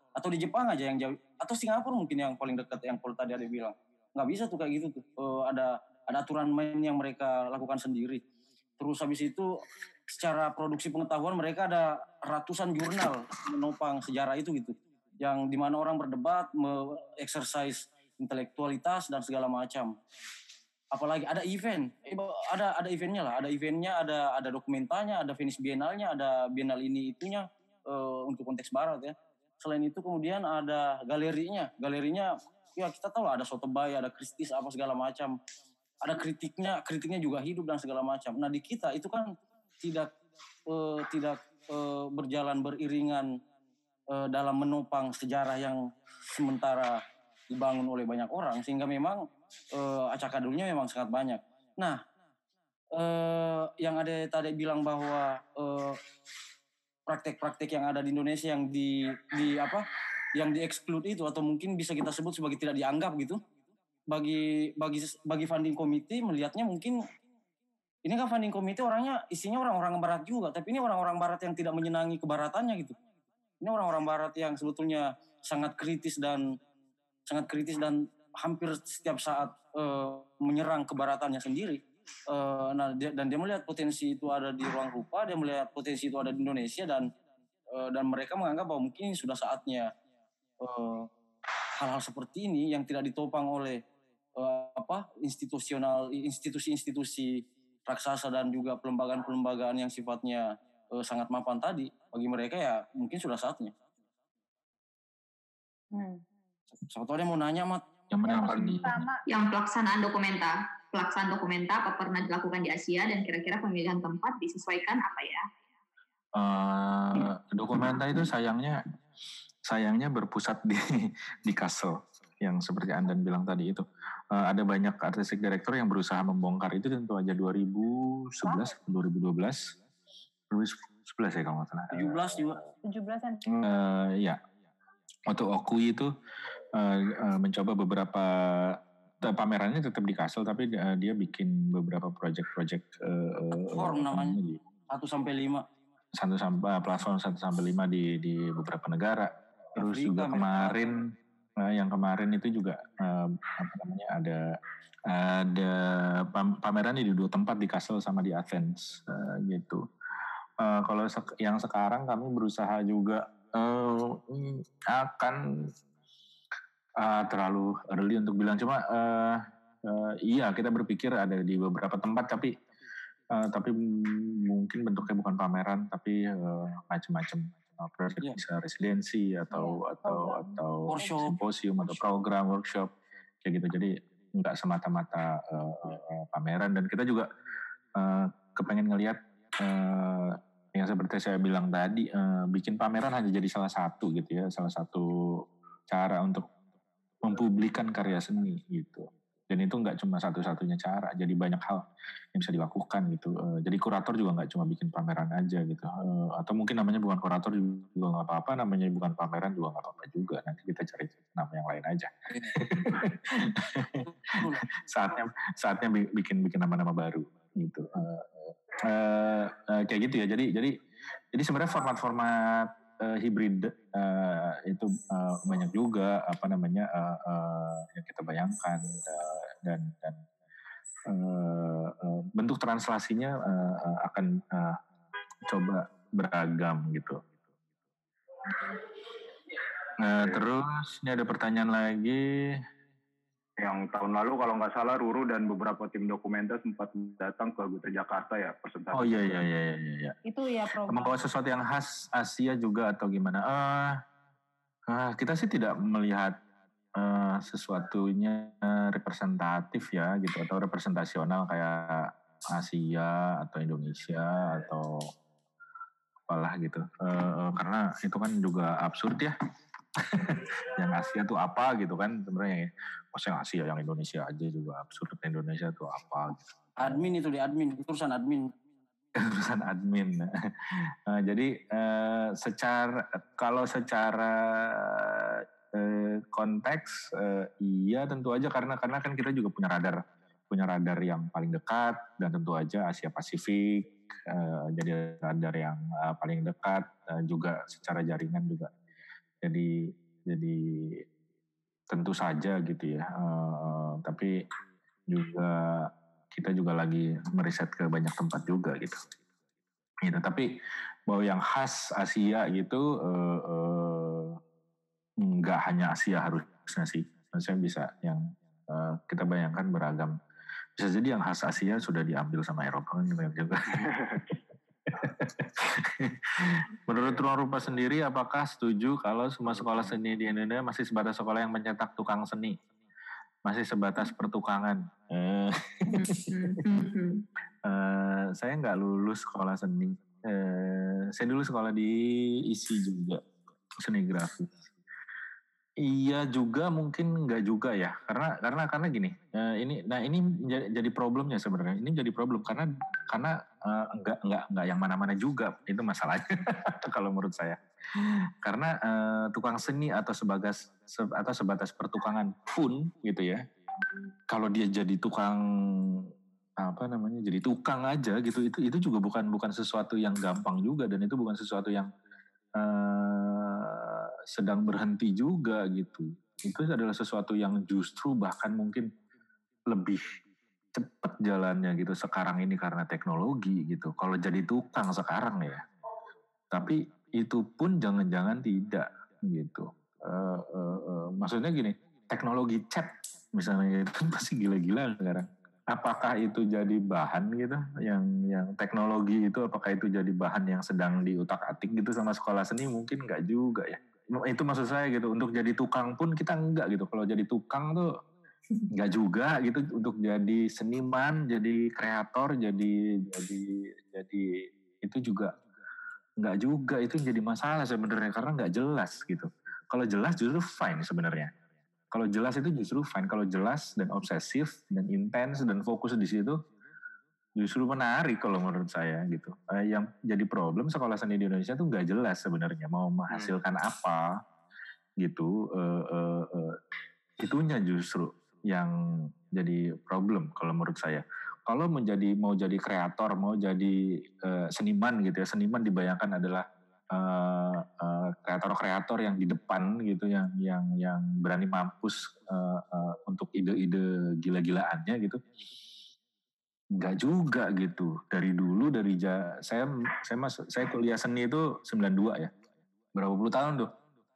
Atau di Jepang aja yang jauh, atau Singapura mungkin yang paling dekat yang Paul tadi ada bilang. Nggak bisa tuh kayak gitu tuh. Uh, ada ada aturan main yang mereka lakukan sendiri. Terus habis itu secara produksi pengetahuan mereka ada ratusan jurnal menopang sejarah itu gitu. Yang dimana orang berdebat, me-exercise intelektualitas dan segala macam. Apalagi ada event, ada ada eventnya lah, ada eventnya, ada ada dokumentanya, ada Venice Biennale-nya, ada Biennale ini itunya uh, untuk konteks barat ya. Selain itu kemudian ada galerinya, galerinya ya kita tahu lah ada Sotobai, ada Kristis apa segala macam, ada kritiknya, kritiknya juga hidup dan segala macam. Nah di kita itu kan tidak uh, tidak uh, berjalan beriringan uh, dalam menopang sejarah yang sementara dibangun oleh banyak orang, sehingga memang Uh, acak adulnya memang sangat banyak. Nah, uh, yang ada tadi bilang bahwa uh, praktek-praktek yang ada di Indonesia yang di, di apa, yang di-exclude itu atau mungkin bisa kita sebut sebagai tidak dianggap gitu. Bagi bagi bagi funding committee melihatnya mungkin ini kan funding committee orangnya isinya orang-orang Barat juga, tapi ini orang-orang Barat yang tidak menyenangi kebaratannya gitu. Ini orang-orang Barat yang sebetulnya sangat kritis dan sangat kritis dan hampir setiap saat uh, menyerang kebaratannya sendiri. Uh, nah dia, dan dia melihat potensi itu ada di ruang rupa, dia melihat potensi itu ada di Indonesia dan uh, dan mereka menganggap bahwa mungkin sudah saatnya uh, hal-hal seperti ini yang tidak ditopang oleh uh, apa institusional institusi-institusi raksasa dan juga pelembagaan-pelembagaan yang sifatnya uh, sangat mapan tadi, bagi mereka ya mungkin sudah saatnya. Hmm. Siapa tahu dia mau nanya, Mat. Yang mana yang paling yang pelaksanaan dokumenta, pelaksanaan dokumenta apa pernah dilakukan di Asia dan kira-kira pemilihan tempat disesuaikan apa ya? Uh, dokumenta itu sayangnya sayangnya berpusat di di Kassel yang seperti Andan bilang tadi itu. Uh, ada banyak artistik direktur yang berusaha membongkar itu tentu aja dua ribu sebelas dua ribu dua belas dua ribu sebelas ya kalau nggak salah. tujuh belas juga. tujuh belasan. Uh, ya. Waktu Okui itu uh, uh, mencoba beberapa pamerannya tetap di Kassel tapi uh, dia bikin beberapa project-project uh, platform uh, namanya satu sampai lima satu sampai platform satu sampai lima di di beberapa negara. Terus Afrika, juga kemarin uh, yang kemarin itu juga uh, apa namanya ada ada pameran di dua tempat di Kassel sama di Athens uh, gitu. Uh, kalau se- yang sekarang kami berusaha juga Uh, akan uh, terlalu early untuk bilang cuma uh, uh, iya kita berpikir ada di beberapa tempat tapi uh, tapi mungkin bentuknya bukan pameran tapi uh, macam-macam uh, project yeah. Bisa residensi atau yeah. atau program. Atau simposium atau program workshop kayak gitu jadi nggak semata-mata uh, uh, pameran dan kita juga uh, kepengen ngelihat uh, yang seperti saya bilang tadi, eh, bikin pameran hanya jadi salah satu gitu ya, salah satu cara untuk mempublikkan karya seni gitu. Dan itu nggak cuma satu-satunya cara, jadi banyak hal yang bisa dilakukan gitu. Eh, jadi kurator juga nggak cuma bikin pameran aja gitu. Eh, atau mungkin namanya bukan kurator juga nggak apa-apa, namanya bukan pameran juga nggak apa-apa juga. Nanti kita cari nama yang lain aja. saatnya saatnya bikin bikin nama-nama baru gitu. Eh, Uh, uh, kayak gitu ya. Jadi jadi jadi sebenarnya format-format uh, hibrid uh, itu uh, banyak juga apa namanya uh, uh, yang kita bayangkan uh, dan dan uh, uh, bentuk translasinya uh, uh, akan uh, coba beragam gitu. Uh, terus ini ada pertanyaan lagi. Yang tahun lalu kalau nggak salah Ruru dan beberapa tim dokumenta sempat datang ke Guta Jakarta ya presentasi. Oh iya iya iya iya. iya. Itu ya program. Membawa sesuatu yang khas Asia juga atau gimana? Uh, uh, kita sih tidak melihat uh, sesuatunya representatif ya gitu atau representasional kayak Asia atau Indonesia atau apalah gitu. Uh, uh, karena itu kan juga absurd ya. Yang Asia tuh apa gitu kan sebenarnya. Pas yang Asia, yang Indonesia aja juga absurd. Indonesia tuh apa gitu. Admin itu di admin, urusan admin. Urusan admin. uh, jadi uh, secara kalau secara uh, konteks uh, iya tentu aja karena karena kan kita juga punya radar punya radar yang paling dekat dan tentu aja Asia Pasifik uh, jadi radar yang uh, paling dekat uh, juga secara jaringan juga Jadi jadi tentu saja gitu ya. Uh, tapi juga kita juga lagi meriset ke banyak tempat juga gitu. Gitu. Tapi bahwa yang khas Asia gitu uh, uh, nggak hanya Asia harusnya sih. Maksudnya bisa yang uh, kita bayangkan beragam. Bisa jadi yang khas Asia sudah diambil sama Eropa kan juga. Menurut Ruang Rupa sendiri, apakah setuju kalau semua sekolah seni di Indonesia masih sebatas sekolah yang mencetak tukang seni? Masih sebatas pertukangan? Eh. uh, saya nggak lulus sekolah seni. Uh, saya dulu sekolah di I S I juga, seni grafis. Iya juga mungkin enggak juga ya, karena karena karena gini, uh, ini nah ini jadi, jadi problemnya sebenarnya. Ini jadi problem karena karena uh, enggak enggak enggak yang mana-mana juga itu masalahnya kalau menurut saya. Karena uh, tukang seni atau sebagas se, atau sebatas pertukangan pun gitu ya. Kalau dia jadi tukang apa namanya? Jadi tukang aja gitu itu itu juga bukan bukan sesuatu yang gampang juga dan itu bukan sesuatu yang Uh, sedang berhenti juga gitu. Itu adalah sesuatu yang justru bahkan mungkin lebih cepat jalannya gitu sekarang ini karena teknologi gitu. Kalau jadi tukang sekarang ya. Tapi itu pun jangan-jangan tidak gitu. Uh, uh, uh, maksudnya gini, teknologi chat misalnya itu pasti gila-gila sekarang. Apakah itu jadi bahan gitu, yang yang teknologi itu apakah itu jadi bahan yang sedang diutak-atik gitu sama sekolah seni? Mungkin enggak juga ya. Itu maksud saya gitu, untuk jadi tukang pun kita enggak gitu. Kalau jadi tukang tuh enggak juga gitu, untuk jadi seniman, jadi kreator, jadi jadi jadi itu juga enggak juga. Itu jadi masalah sebenarnya karena enggak jelas gitu. Kalau jelas justru fine sebenarnya. Kalau jelas itu justru fine. Kalau jelas dan obsesif dan intens dan fokus di situ justru menarik kalau menurut saya gitu. Eh, yang jadi problem sekolah seni di Indonesia tuh nggak jelas sebenarnya mau menghasilkan hmm. apa gitu. Eh, eh, eh, itunya justru yang jadi problem kalau menurut saya. Kalau menjadi mau jadi kreator, mau jadi eh, seniman gitu ya. Seniman dibayangkan adalah Uh, uh, kreator-kreator yang di depan gitu, yang yang yang berani mampus uh, uh, untuk ide-ide gila-gilaannya gitu. Enggak juga gitu. Dari dulu dari ja, saya saya masuk saya kuliah seni itu sembilan dua ya. Berapa puluh tahun tuh?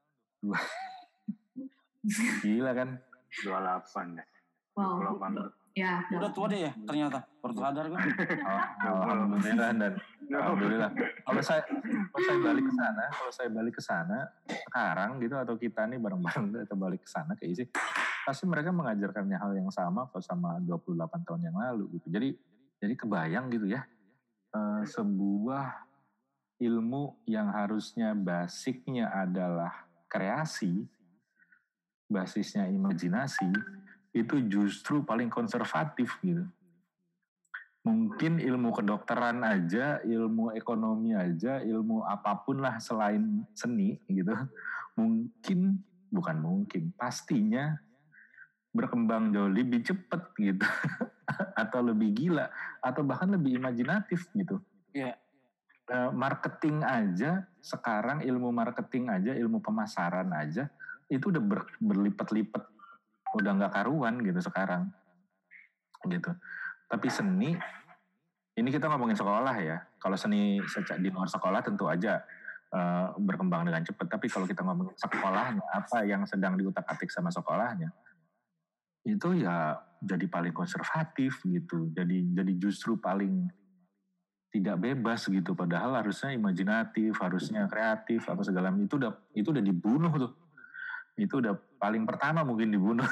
Gila kan? dua puluh delapan ya. Wow. dua puluh delapan. Ya, udah tua deh ya ternyata, baru sadar kan? Oh, alhamdulillah dan alhamdulillah. Kalau saya kalau saya balik ke sana, kalau saya balik ke sana sekarang gitu atau kita nih bareng-bareng atau balik ke sana ke I S I, pasti mereka mengajarkannya hal yang sama kok sama dua puluh delapan tahun yang lalu gitu. Jadi jadi kebayang gitu ya, uh, sebuah ilmu yang harusnya basicnya adalah kreasi, basisnya imajinasi, itu justru paling konservatif gitu. Mungkin ilmu kedokteran aja, ilmu ekonomi aja, ilmu apapun lah selain seni gitu. Mungkin, bukan mungkin, pastinya berkembang jauh lebih cepat gitu. Atau lebih gila, atau bahkan lebih imajinatif gitu. Iya. Yeah. Marketing aja, sekarang ilmu marketing aja, ilmu pemasaran aja, itu udah ber, berlipat-lipat. Udah nggak karuan gitu sekarang gitu. Tapi seni ini kita ngomongin sekolah ya. Kalau seni di luar sekolah tentu aja uh, berkembang dengan cepat. Tapi kalau kita ngomongin sekolahnya, apa yang sedang diutak-atik sama sekolahnya, itu ya jadi paling konservatif gitu. Jadi jadi justru paling tidak bebas gitu. Padahal harusnya imajinatif, harusnya kreatif atau segala macam itu udah itu udah dibunuh tuh. Itu udah paling pertama mungkin dibunuh.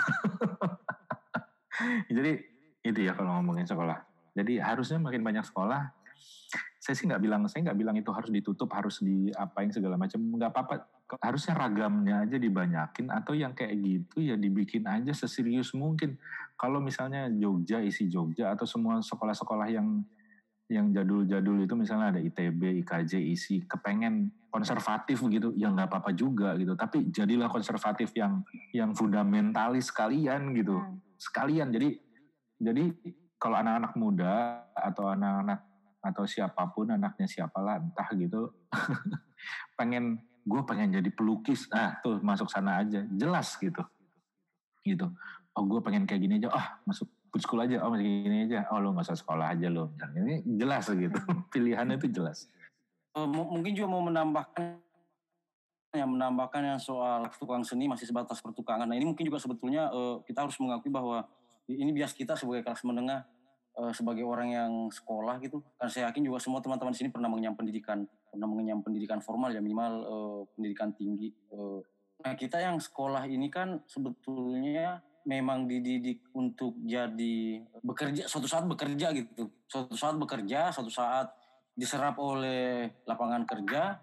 Jadi itu ya kalau ngomongin sekolah. Jadi harusnya makin banyak sekolah. Saya sih nggak bilang, saya nggak bilang itu harus ditutup, harus diapain segala macam. Nggak apa-apa. Harusnya ragamnya aja dibanyakin atau yang kayak gitu ya dibikin aja seserius mungkin. Kalau misalnya Jogja, isi Jogja atau semua sekolah-sekolah yang yang jadul-jadul itu misalnya ada I T B, I K J, I S I, kepengen konservatif gitu, ya nggak apa-apa juga gitu. Tapi jadilah konservatif yang yang fundamentalis sekalian gitu, sekalian. Jadi jadi kalau anak-anak muda atau anak-anak atau siapapun anaknya siapalah entah gitu, pengen gue pengen jadi pelukis, ah tuh masuk sana aja, jelas gitu, gitu. Oh gue pengen kayak gini aja, oh masuk good school aja, oh masih gini aja, oh lo nggak usah sekolah aja lo, ini jelas gitu, pilihannya itu jelas. Uh, mungkin juga mau menambahkan yang menambahkan yang soal tukang seni masih sebatas pertukangan. Nah ini mungkin juga sebetulnya uh, kita harus mengakui bahwa ini bias kita sebagai kelas menengah, uh, sebagai orang yang sekolah gitu. Karena saya yakin juga semua teman-teman di sini pernah mengenyam pendidikan, pernah mengenyam pendidikan formal ya, minimal uh, pendidikan tinggi. Uh, nah kita yang sekolah ini kan sebetulnya memang dididik untuk jadi bekerja, suatu saat bekerja gitu, suatu saat bekerja, suatu saat diserap oleh lapangan kerja,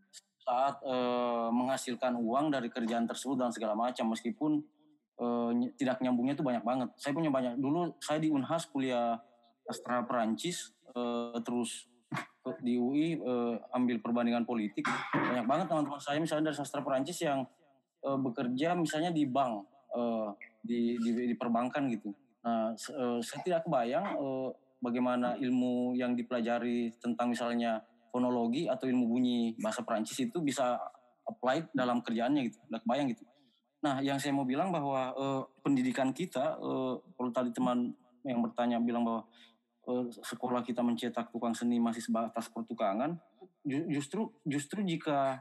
saat eh, menghasilkan uang dari kerjaan tersebut dan segala macam, meskipun eh, tidak nyambungnya itu banyak banget. Saya punya banyak, dulu saya di Unhas kuliah sastra Perancis, eh, terus di U I eh, ambil perbandingan politik, banyak banget teman-teman saya misalnya dari sastra Perancis yang eh, bekerja misalnya di bank, eh, di, di, di perbankan gitu. Nah eh, saya tidak kebayang eh, bagaimana ilmu yang dipelajari tentang misalnya fonologi atau ilmu bunyi bahasa Perancis itu bisa apply dalam kerjaannya gitu, udah kebayang gitu. Nah yang saya mau bilang bahwa uh, pendidikan kita, uh, kalau tadi teman yang bertanya bilang bahwa uh, sekolah kita mencetak tukang seni masih sebatas pertukangan, justru justru jika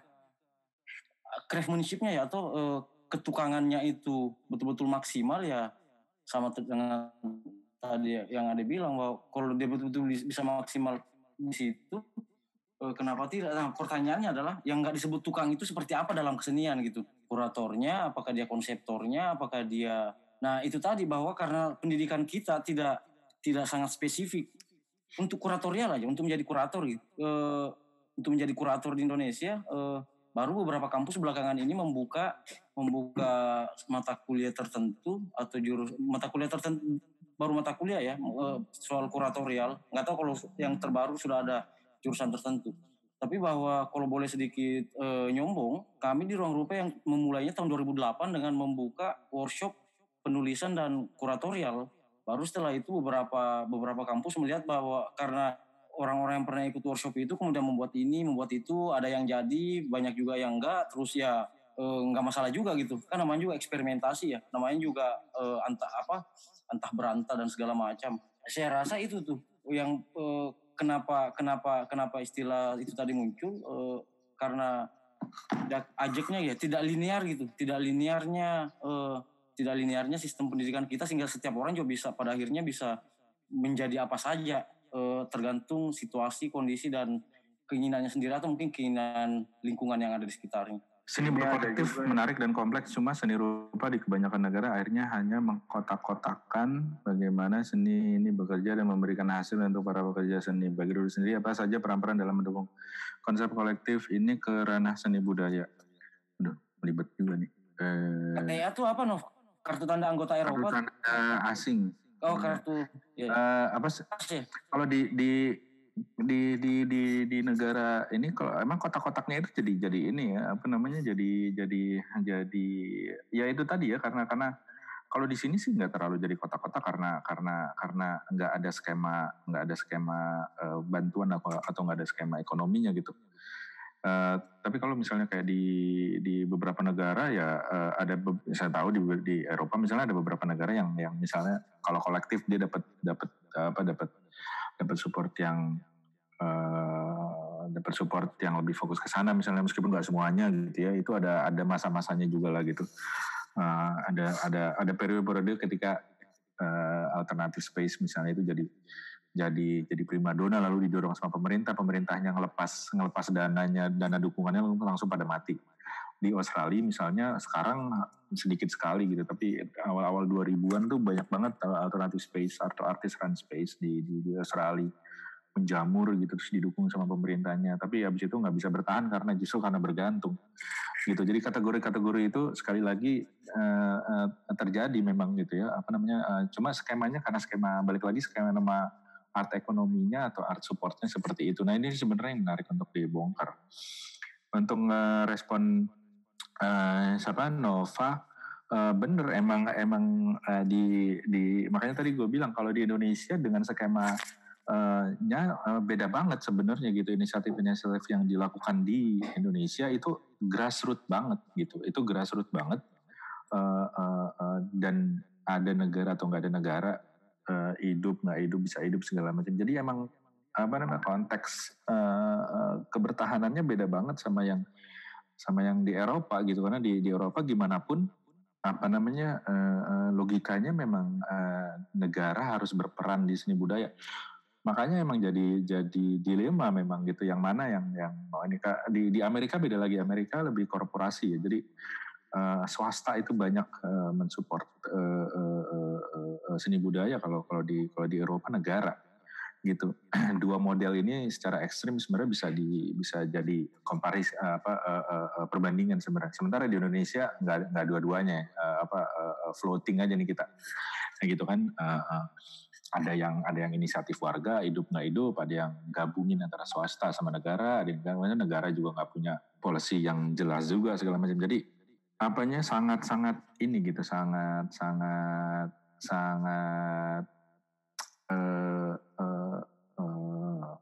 craftsmanship-nya ya atau uh, ketukangannya itu betul-betul maksimal ya, sama dengan tadi yang ada bilang bahwa kalau dia betul-betul bisa maksimal di situ, kenapa tidak? Nah, pertanyaannya adalah yang nggak disebut tukang itu seperti apa dalam kesenian gitu? Kuratornya, apakah dia konseptornya, apakah dia... Nah itu tadi bahwa karena pendidikan kita tidak tidak sangat spesifik untuk kuratorial aja, untuk menjadi kurator gitu. E, untuk menjadi kurator di Indonesia, e, baru beberapa kampus belakangan ini membuka membuka mata kuliah tertentu atau jurus mata kuliah tertentu, baru mata kuliah ya e, soal kuratorial. Nggak tahu kalau yang terbaru sudah ada jurusan tertentu. Tapi bahwa kalau boleh sedikit e, nyombong, kami di Ruang Rupa yang memulainya tahun dua ribu delapan dengan membuka workshop penulisan dan kuratorial. Baru setelah itu beberapa beberapa kampus melihat bahwa karena orang-orang yang pernah ikut workshop itu kemudian membuat ini, membuat itu, ada yang jadi, banyak juga yang enggak, terus ya e, enggak masalah juga gitu. Kan namanya juga eksperimentasi ya, namanya juga e, antah apa, antah berantah dan segala macam. Saya rasa itu tuh yang e, Kenapa kenapa kenapa istilah itu tadi muncul uh, karena ajaknya ya tidak linear gitu, tidak linearnya uh, tidak linearnya sistem pendidikan kita sehingga setiap orang juga bisa pada akhirnya bisa menjadi apa saja uh, tergantung situasi, kondisi dan keinginannya sendiri atau mungkin keinginan lingkungan yang ada di sekitarnya. Seni berkolektif menarik dan kompleks, cuma seni rupa di kebanyakan negara akhirnya hanya mengkotak-kotakkan bagaimana seni ini bekerja dan memberikan hasil untuk para pekerja seni. Bagi dulu sendiri apa saja peran-peran dalam mendukung konsep kolektif ini ke ranah seni budaya. Aduh, melibet juga nih. Eh, K T A itu apa, Nov? Kartu tanda anggota Eropa? Kartu tanda asing. Oh, kartu. Ya. Uh, apa sih? Kalau di di di di di di negara ini kalau emang kotak-kotaknya itu jadi jadi ini ya apa namanya jadi jadi jadi ya itu tadi ya karena karena kalau di sini sih nggak terlalu jadi kotak-kotak karena karena karena nggak ada skema nggak ada skema uh, bantuan atau atau nggak ada skema ekonominya gitu. Uh, tapi kalau misalnya kayak di di beberapa negara ya uh, ada saya tahu di di Eropa misalnya ada beberapa negara yang yang misalnya kalau kolektif dia dapat dapat apa dapat dapat support yang uh, dapat support yang lebih fokus ke sana misalnya meskipun nggak semuanya gitu ya itu ada ada masa-masanya juga lah gitu uh, ada ada ada periode-periode ketika uh, alternative space misalnya itu jadi jadi jadi primadona lalu didorong sama pemerintah pemerintahnya ngelepas ngelepas dananya dana dukungannya langsung pada mati. Di Australia misalnya sekarang sedikit sekali gitu tapi awal-awal dua ribuan tuh banyak banget alternative space atau artis run space di, di, di Australia menjamur gitu terus didukung sama pemerintahnya tapi habis itu nggak bisa bertahan karena justru karena bergantung gitu. Jadi kategori-kategori itu sekali lagi uh, uh, terjadi memang gitu ya apa namanya uh, cuma skemanya karena skema balik lagi skema nama art ekonominya atau art supportnya seperti itu. Nah ini sebenarnya menarik untuk dibongkar. Untuk uh, respon uh, siapa Nova uh, bener emang emang uh, di di makanya tadi gue bilang kalau di Indonesia dengan skema Uh, nya uh, beda banget sebenarnya gitu inisiatif-inisiatif yang dilakukan di Indonesia itu grassroots banget gitu. Itu grassroots banget uh, uh, uh, dan ada negara atau nggak ada negara, uh, hidup nggak hidup bisa hidup segala macam. Jadi emang apa namanya konteks uh, uh, kebertahanannya beda banget sama yang sama yang di Eropa gitu, karena di di Eropa gimana pun apa namanya uh, uh, logikanya memang uh, negara harus berperan di seni budaya. Makanya emang jadi jadi dilema memang gitu, yang mana yang yang oh ini di di Amerika beda lagi. Amerika lebih korporasi ya, jadi uh, swasta itu banyak uh, mensupport uh, uh, uh, uh, seni budaya. Kalau kalau di kalau di Eropa negara gitu. Dua model ini secara ekstrim sebenarnya bisa di bisa jadi komparis apa uh, uh, perbandingan sebenarnya. Sementara di Indonesia nggak nggak dua-duanya uh, apa uh, floating aja nih kita, kayak gitu kan. Uh, uh, ada yang ada yang inisiatif warga hidup nggak hidup, ada yang gabungin antara swasta sama negara, ada yang negara juga nggak punya policy yang jelas juga segala macam. Jadi apanya sangat sangat ini gitu, sangat sangat sangat uh, uh, uh,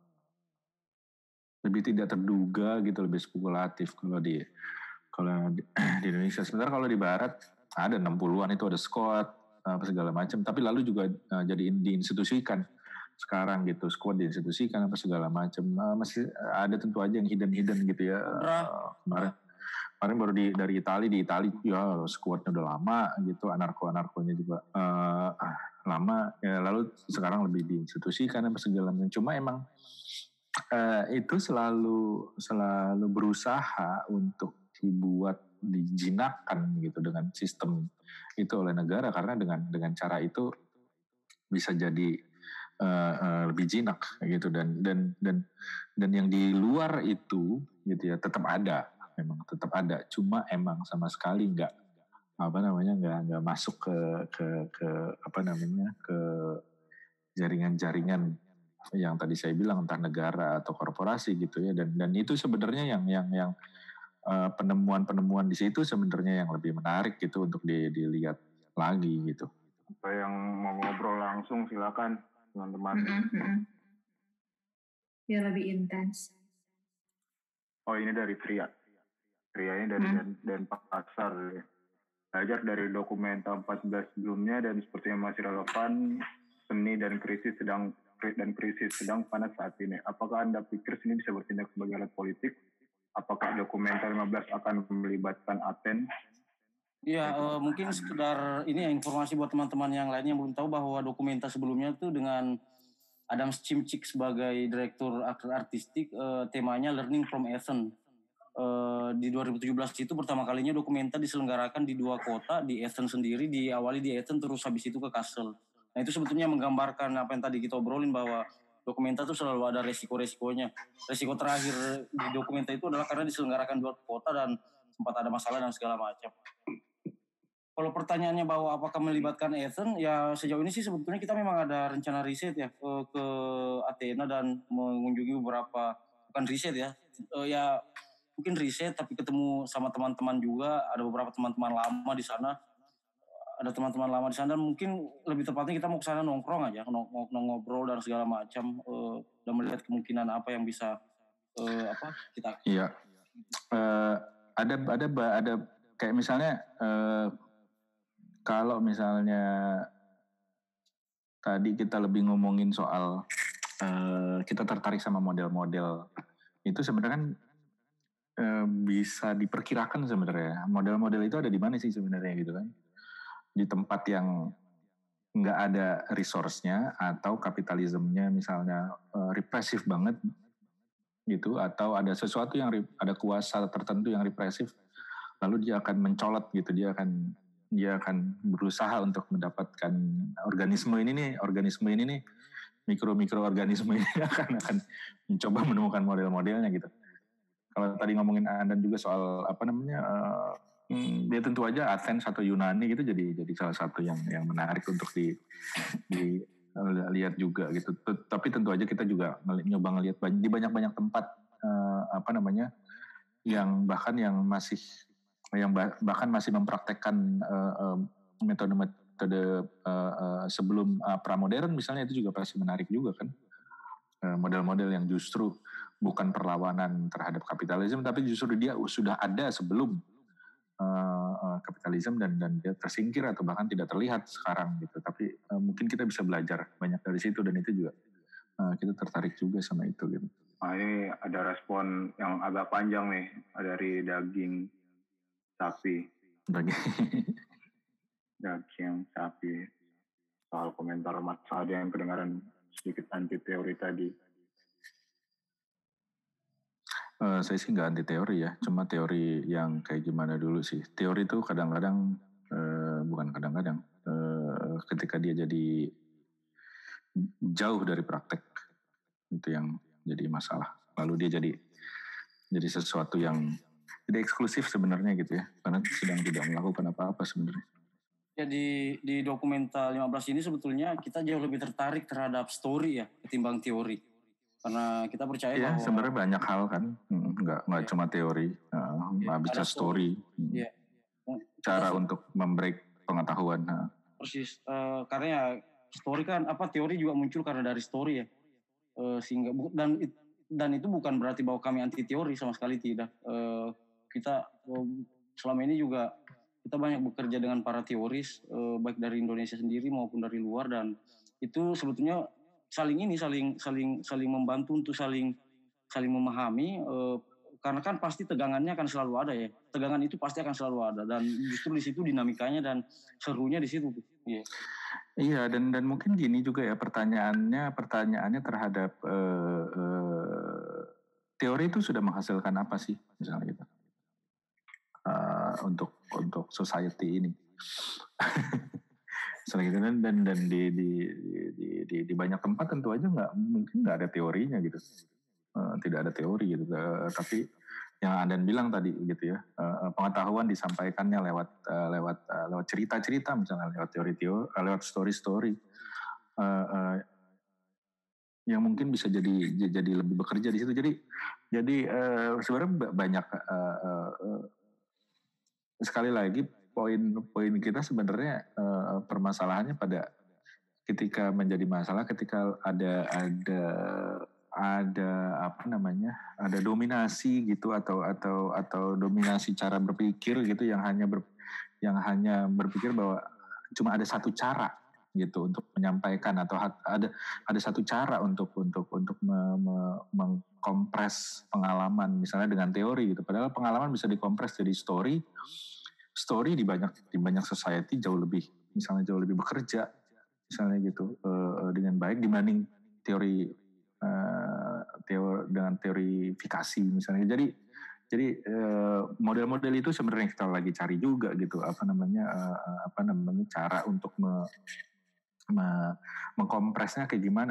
lebih tidak terduga gitu, lebih spekulatif kalau di kalau di, di Indonesia. Sebenarnya kalau di Barat ada enam puluhan itu ada squad apa segala macam, tapi lalu juga uh, jadi diinstitusikan sekarang gitu, squad diinstitusikan apa segala macam. Uh, masih ada tentu aja yang hidden-hidden gitu ya. Uh, kemarin kemarin baru di dari Italia di Italia ya squadnya udah lama gitu, anarko-anarkonya juga uh, lama ya, lalu sekarang lebih diinstitusikan apa segala macam. Cuma emang uh, itu selalu selalu berusaha untuk dibuat dijinakkan gitu dengan sistem itu oleh negara, karena dengan dengan cara itu bisa jadi uh, uh, lebih jinak gitu. Dan dan dan dan yang di luar itu gitu ya tetap ada, memang tetap ada, cuma emang sama sekali nggak apa namanya nggak nggak masuk ke ke ke apa namanya ke jaringan-jaringan yang tadi saya bilang entah negara atau korporasi gitu ya. Dan dan itu sebenarnya yang yang yang uh, penemuan-penemuan di situ sebenarnya yang lebih menarik gitu untuk di, dilihat lagi gitu. Apa yang mau ngobrol langsung silakan teman-teman. Mm-hmm. Biar lebih intens. Oh ini dari Tria. Tria ini dari mm. dan Denpasar. Ya. Belajar dari dokumenta empat belas sebelumnya dan sepertinya masih relevan, seni dan krisis sedang dan krisis sedang panas saat ini. Apakah Anda pikir seni bisa bertindak sebagai alat politik? Apakah dokumenta lima belas akan melibatkan Aten? Iya, uh, mungkin sekedar ini ya informasi buat teman-teman yang lainnya yang belum tahu bahwa dokumenta sebelumnya tuh dengan Adam Szymczyk sebagai direktur artistik, uh, temanya Learning from Essen. Uh, di dua ribu tujuh belas itu pertama kalinya dokumenta diselenggarakan di dua kota, di Essen sendiri, diawali di Essen terus habis itu ke Kassel. Nah itu sebetulnya menggambarkan apa yang tadi kita obrolin, bahwa dokumenta itu selalu ada resiko-resikonya. Resiko terakhir di dokumenta itu adalah karena diselenggarakan dua kota dan sempat ada masalah dan segala macam. Kalau pertanyaannya bahwa apakah melibatkan Essen, ya sejauh ini sih sebetulnya kita memang ada rencana riset ya ke, ke Athena dan mengunjungi beberapa, bukan riset ya, uh, ya mungkin riset tapi ketemu sama teman-teman juga, ada beberapa teman-teman lama di sana, ada teman-teman lama di sana dan mungkin lebih tepatnya kita mau ke sana nongkrong aja, nong- nong- ngobrol dan segala macam uh, dan melihat kemungkinan apa yang bisa uh, apa kita. Iya, uh, ada ada ada kayak misalnya. Uh, Kalau misalnya tadi kita lebih ngomongin soal uh, kita tertarik sama model-model itu, sebenarnya kan uh, bisa diperkirakan sebenarnya model-model itu ada di mana sih sebenarnya gitu kan, di tempat yang nggak ada resource-nya atau kapitalismenya misalnya uh, represif banget gitu, atau ada sesuatu yang ada kuasa tertentu yang represif, lalu dia akan mencolot gitu, dia akan dia akan berusaha untuk mendapatkan organisme ini nih, organisme ini nih, mikro-mikroorganisme ini akan akan mencoba menemukan model-modelnya gitu. Kalau tadi ngomongin Andan juga soal apa namanya, uh, hmm, dia tentu aja Athens atau Yunani gitu jadi jadi salah satu yang yang menarik untuk di, di uh, lihat juga gitu. Tapi tentu aja kita juga nyoba ngelihat di banyak-banyak tempat uh, apa namanya, yang bahkan yang masih yang bahkan masih mempraktekkan uh, uh, metode-metode uh, uh, sebelum uh, pramodern misalnya, itu juga pasti menarik juga kan, uh, model-model yang justru bukan perlawanan terhadap kapitalisme, tapi justru dia sudah ada sebelum uh, uh, kapitalisme dan dan dia tersingkir atau bahkan tidak terlihat sekarang gitu. Tapi uh, mungkin kita bisa belajar banyak dari situ dan itu juga uh, kita tertarik juga sama itu gitu. Nah, ini ada respon yang agak panjang nih dari daging sapi. Daging daging sapi. Soal komentar Mas Ade yang kedengaran sedikit anti teori tadi. Uh, saya sih nggak anti teori ya, cuma teori yang kayak gimana dulu sih. Teori itu kadang-kadang, uh, bukan kadang-kadang, uh, ketika dia jadi jauh dari praktek, itu yang jadi masalah. Lalu dia jadi jadi sesuatu yang tidak eksklusif sebenarnya gitu ya, karena sedang tidak melakukan apa-apa sebenarnya. Ya di, di Dokumenta lima belas ini sebetulnya kita jauh lebih tertarik terhadap story ya, ketimbang teori. Karena kita percaya ya, bahwa... sebenarnya banyak hal kan, nggak, nggak ya. cuma teori, nah, ya, bisa story. story. Ya. Cara kita, untuk membreak pengetahuan. Nah. Persis, uh, karena ya story kan, apa teori juga muncul karena dari story ya. Uh, sehingga dan, dan itu bukan berarti bahwa kami anti teori, sama sekali tidak. Uh, kita uh, selama ini juga kita banyak bekerja dengan para teoris, uh, baik dari Indonesia sendiri maupun dari luar, dan itu sebetulnya saling ini saling saling saling membantu untuk saling saling memahami, uh, karena kan pasti tegangannya akan selalu ada ya, tegangan itu pasti akan selalu ada, dan justru di situ dinamikanya dan serunya di situ. Iya. Iya, dan dan mungkin gini juga ya pertanyaannya pertanyaannya terhadap uh, uh, teori itu sudah menghasilkan apa sih misalnya gitu uh, untuk untuk society ini. Selain itu dan dan, dan di, di, di, di, di banyak tempat tentu aja nggak mungkin nggak ada teorinya gitu, uh, tidak ada teori gitu, uh, tapi yang Andan bilang tadi gitu ya, uh, pengetahuan disampaikannya lewat uh, lewat uh, lewat cerita-cerita misalnya, lewat teori-teori, uh, lewat story-story, uh, uh, yang mungkin bisa jadi jadi lebih bekerja di situ. Jadi jadi uh, sebenarnya banyak uh, uh, uh, sekali lagi. Poin-poin kita sebenarnya uh, permasalahannya pada ketika menjadi masalah ketika ada ada ada apa namanya ada dominasi gitu atau atau atau dominasi cara berpikir gitu yang hanya ber, yang hanya berpikir bahwa cuma ada satu cara gitu untuk menyampaikan atau ada ada satu cara untuk untuk untuk me, me, mengkompres pengalaman misalnya dengan teori gitu, padahal pengalaman bisa dikompres jadi story. Story di banyak di banyak society jauh lebih misalnya jauh lebih bekerja misalnya gitu uh, dengan baik dibanding teori uh, teori dengan teorifikasi misalnya. Jadi jadi uh, model-model itu sebenarnya kita lagi cari juga gitu apa namanya uh, apa namanya cara untuk me, me, mengkompresnya kayak gimana,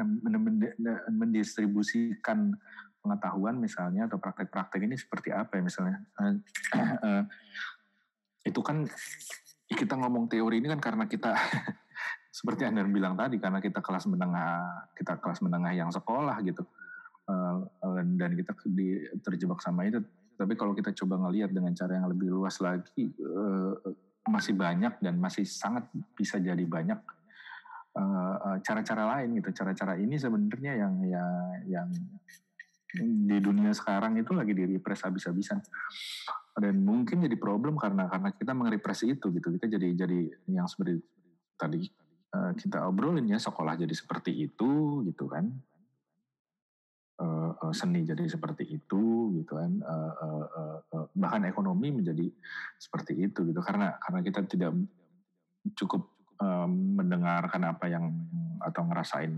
mendistribusikan pengetahuan misalnya atau praktek-praktek ini seperti apa ya misalnya. Uh, uh, itu kan kita ngomong teori ini kan karena kita seperti Anda bilang tadi karena kita kelas menengah kita kelas menengah yang sekolah gitu uh, dan kita di, terjebak sama itu. Tapi kalau kita coba ngelihat dengan cara yang lebih luas lagi uh, masih banyak dan masih sangat bisa jadi banyak uh, cara-cara lain gitu. Cara-cara ini sebenarnya yang yang yang di dunia sekarang itu lagi di-repress habis-habisan. Dan mungkin jadi problem karena karena kita mengerepresi itu gitu. Kita jadi jadi yang seperti tadi uh, kita obrolin ya, sekolah jadi seperti itu gitu kan, uh, uh, seni jadi seperti itu gitu kan, uh, uh, uh, uh, bahkan ekonomi menjadi seperti itu gitu karena karena kita tidak cukup um, mendengarkan apa yang atau ngerasain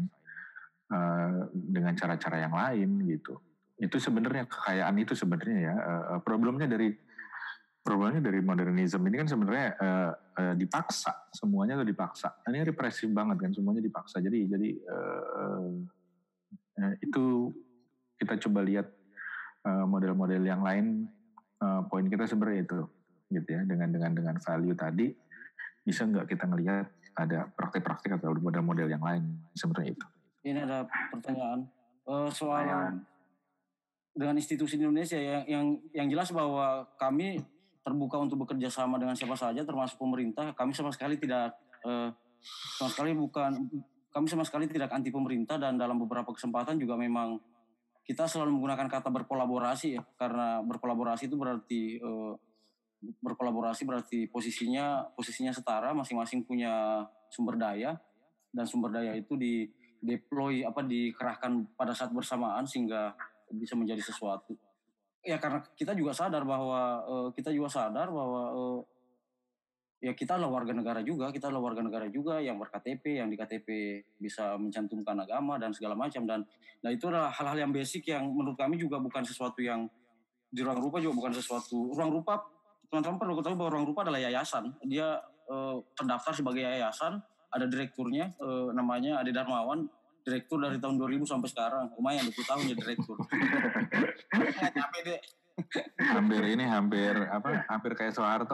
uh, dengan cara-cara yang lain gitu. Itu sebenarnya kekayaan itu sebenarnya ya uh, problemnya dari Problemnya dari modernisme ini kan sebenarnya uh, uh, dipaksa, semuanya tuh dipaksa. Ini represif banget kan, semuanya dipaksa. Jadi jadi uh, uh, itu kita coba lihat uh, model-model yang lain. Uh, poin kita sebenarnya itu, gitu ya. Dengan dengan dengan value tadi, bisa nggak kita ngelihat ada praktik-praktik atau model-model yang lain sebenarnya itu. Ini ada pertanyaan uh, soal Ayah. Dengan institusi Indonesia yang yang yang jelas bahwa kami terbuka untuk bekerja sama dengan siapa saja termasuk pemerintah. Kami sama sekali tidak eh, sama sekali bukan kami sama sekali tidak anti pemerintah dan dalam beberapa kesempatan juga memang kita selalu menggunakan kata berkolaborasi ya, karena berkolaborasi itu berarti uh, berkolaborasi berarti posisinya posisinya setara, masing-masing punya sumber daya dan sumber daya itu di deploy apa dikerahkan pada saat bersamaan sehingga bisa menjadi sesuatu. Ya karena kita juga sadar bahwa uh, kita juga sadar bahwa uh, ya kita adalah warga negara juga, kita adalah warga negara juga yang ber-K T P, yang di K T P bisa mencantumkan agama dan segala macam. Dan nah itu adalah hal-hal yang basic yang menurut kami juga bukan sesuatu yang di ruang rupa juga bukan sesuatu. Ruang rupa, teman-teman perlu ketahui bahwa ruang rupa adalah yayasan. Dia eh, terdaftar sebagai yayasan, ada direkturnya, eh, namanya Ade Darmawan, direktur dari tahun dua ribu sampai sekarang. Lumayan dua puluh tahun jadi direktur. Nggak nyampe deh. Hampir ini hampir apa hampir kayak Soeharto.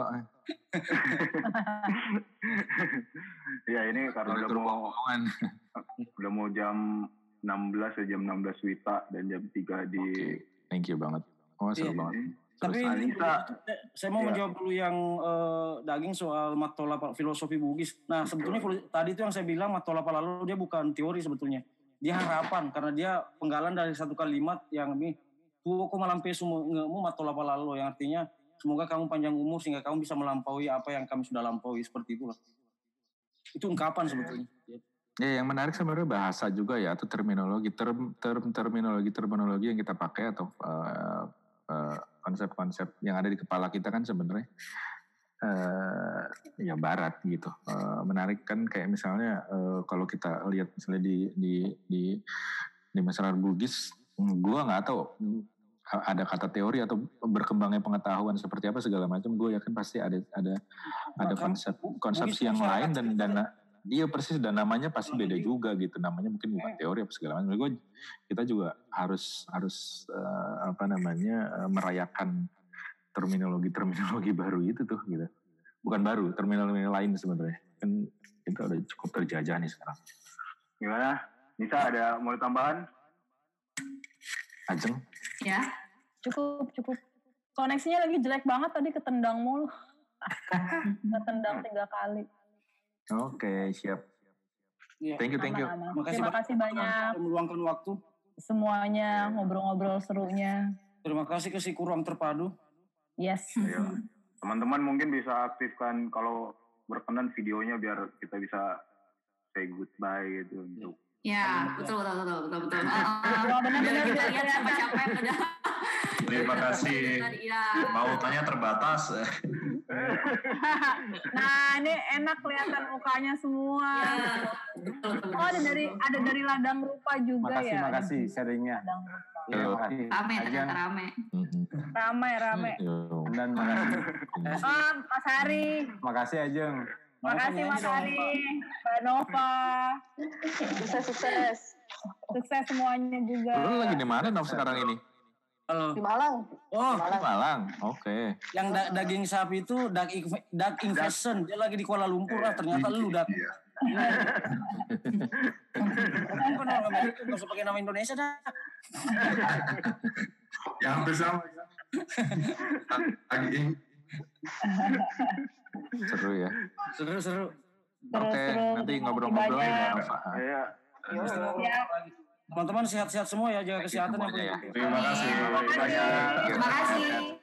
Ya ini karena udah mau udah mau jam enam belas ya, jam enam belas Wita dan jam tiga di okay. Thank you banget. Oh seru yeah. banget. Tapi Alisa, saya mau yeah. menjawab dulu yang uh, daging soal Matola filosofi Bugis. Nah sebetulnya tadi itu yang saya bilang Matola Palalo dia bukan teori sebetulnya. Dia harapan karena dia penggalan dari satu kalimat yang ini Tuko malampe sumungemu Matola Palalo yang artinya semoga kamu panjang umur sehingga kamu bisa melampaui apa yang kami sudah lampaui, seperti itulah. Itu ungkapan sebetulnya. Ya, yang menarik sebenarnya bahasa juga ya, atau terminologi, term, term, terminologi, terminologi yang kita pakai atau uh, uh, konsep-konsep yang ada di kepala kita kan sebenarnya uh, ya barat gitu. Uh, menarik kan kayak misalnya uh, kalau kita lihat misalnya di di di di masyarakat Bugis, gue nggak tahu ada kata teori atau berkembangnya pengetahuan seperti apa segala macam, gue yakin pasti ada ada ada konsep konsepsi yang lain dan dan dia persis dan namanya pasti beda juga gitu, namanya mungkin bukan teori apa segala macam. Gue kita juga harus harus uh, apa namanya uh, merayakan terminologi terminologi baru itu tuh gitu, bukan baru, terminologi lain sebenarnya kan itu udah cukup terjajah nih sekarang. Gimana? Nisa ada mau tambahan? Ajeng? Ya. Cukup, cukup. Koneksinya lagi jelek banget tadi, ketendang mulu. Ketendang tiga kali. Oke, okay, siap. Ya, thank you, thank you. Aman, aman. Terima kasih banyak. Meluangkan waktu. Semuanya, ngobrol-ngobrol serunya. Terima kasih ke Siku Ruang Terpadu. Yes. Ayo. Teman-teman mungkin bisa aktifkan kalau berkenan videonya biar kita bisa say goodbye gitu untuk ya, betul, betul, betul, betul, betul. Oh, benar-benar kita lihat siapa-siapa yang udah. Terima kasih. Mau tanya terbatas. Nah, ini enak kelihatan mukanya semua. Ya, betul, betul, oh, ada dari ada dari Ladang Rupa juga makasih, ya. Makasih, makasih sharingnya. Ya, rame, ternyata rame. Rame, rame. Dan makasih. Oh, Mas Hari. Makasih Ajeng. Makasih Mas Hari, Mbak Nova. Sukses, sukses. Sukses semuanya juga. Lu lagi di mana Nov sekarang ini? Halo. Di Malang. Oh, di Malang. Oke. Okay. Yang da- daging sapi itu Dag Dag Investment. Dia lagi di Kuala Lumpur lah. Ternyata lu Dag. Iya. Bukan orang Amerika, enggak usah pakai nama Indonesia dah. Ya hampir sama. Lagi ini. Seru ya. Seru seru. Oke, okay, nanti ngobrol-ngobrol ya. Iya. Ya. Teman-teman sehat-sehat semua ya, jaga kesehatan yang penting. Terima kasih. Terima kasih. Terima kasih.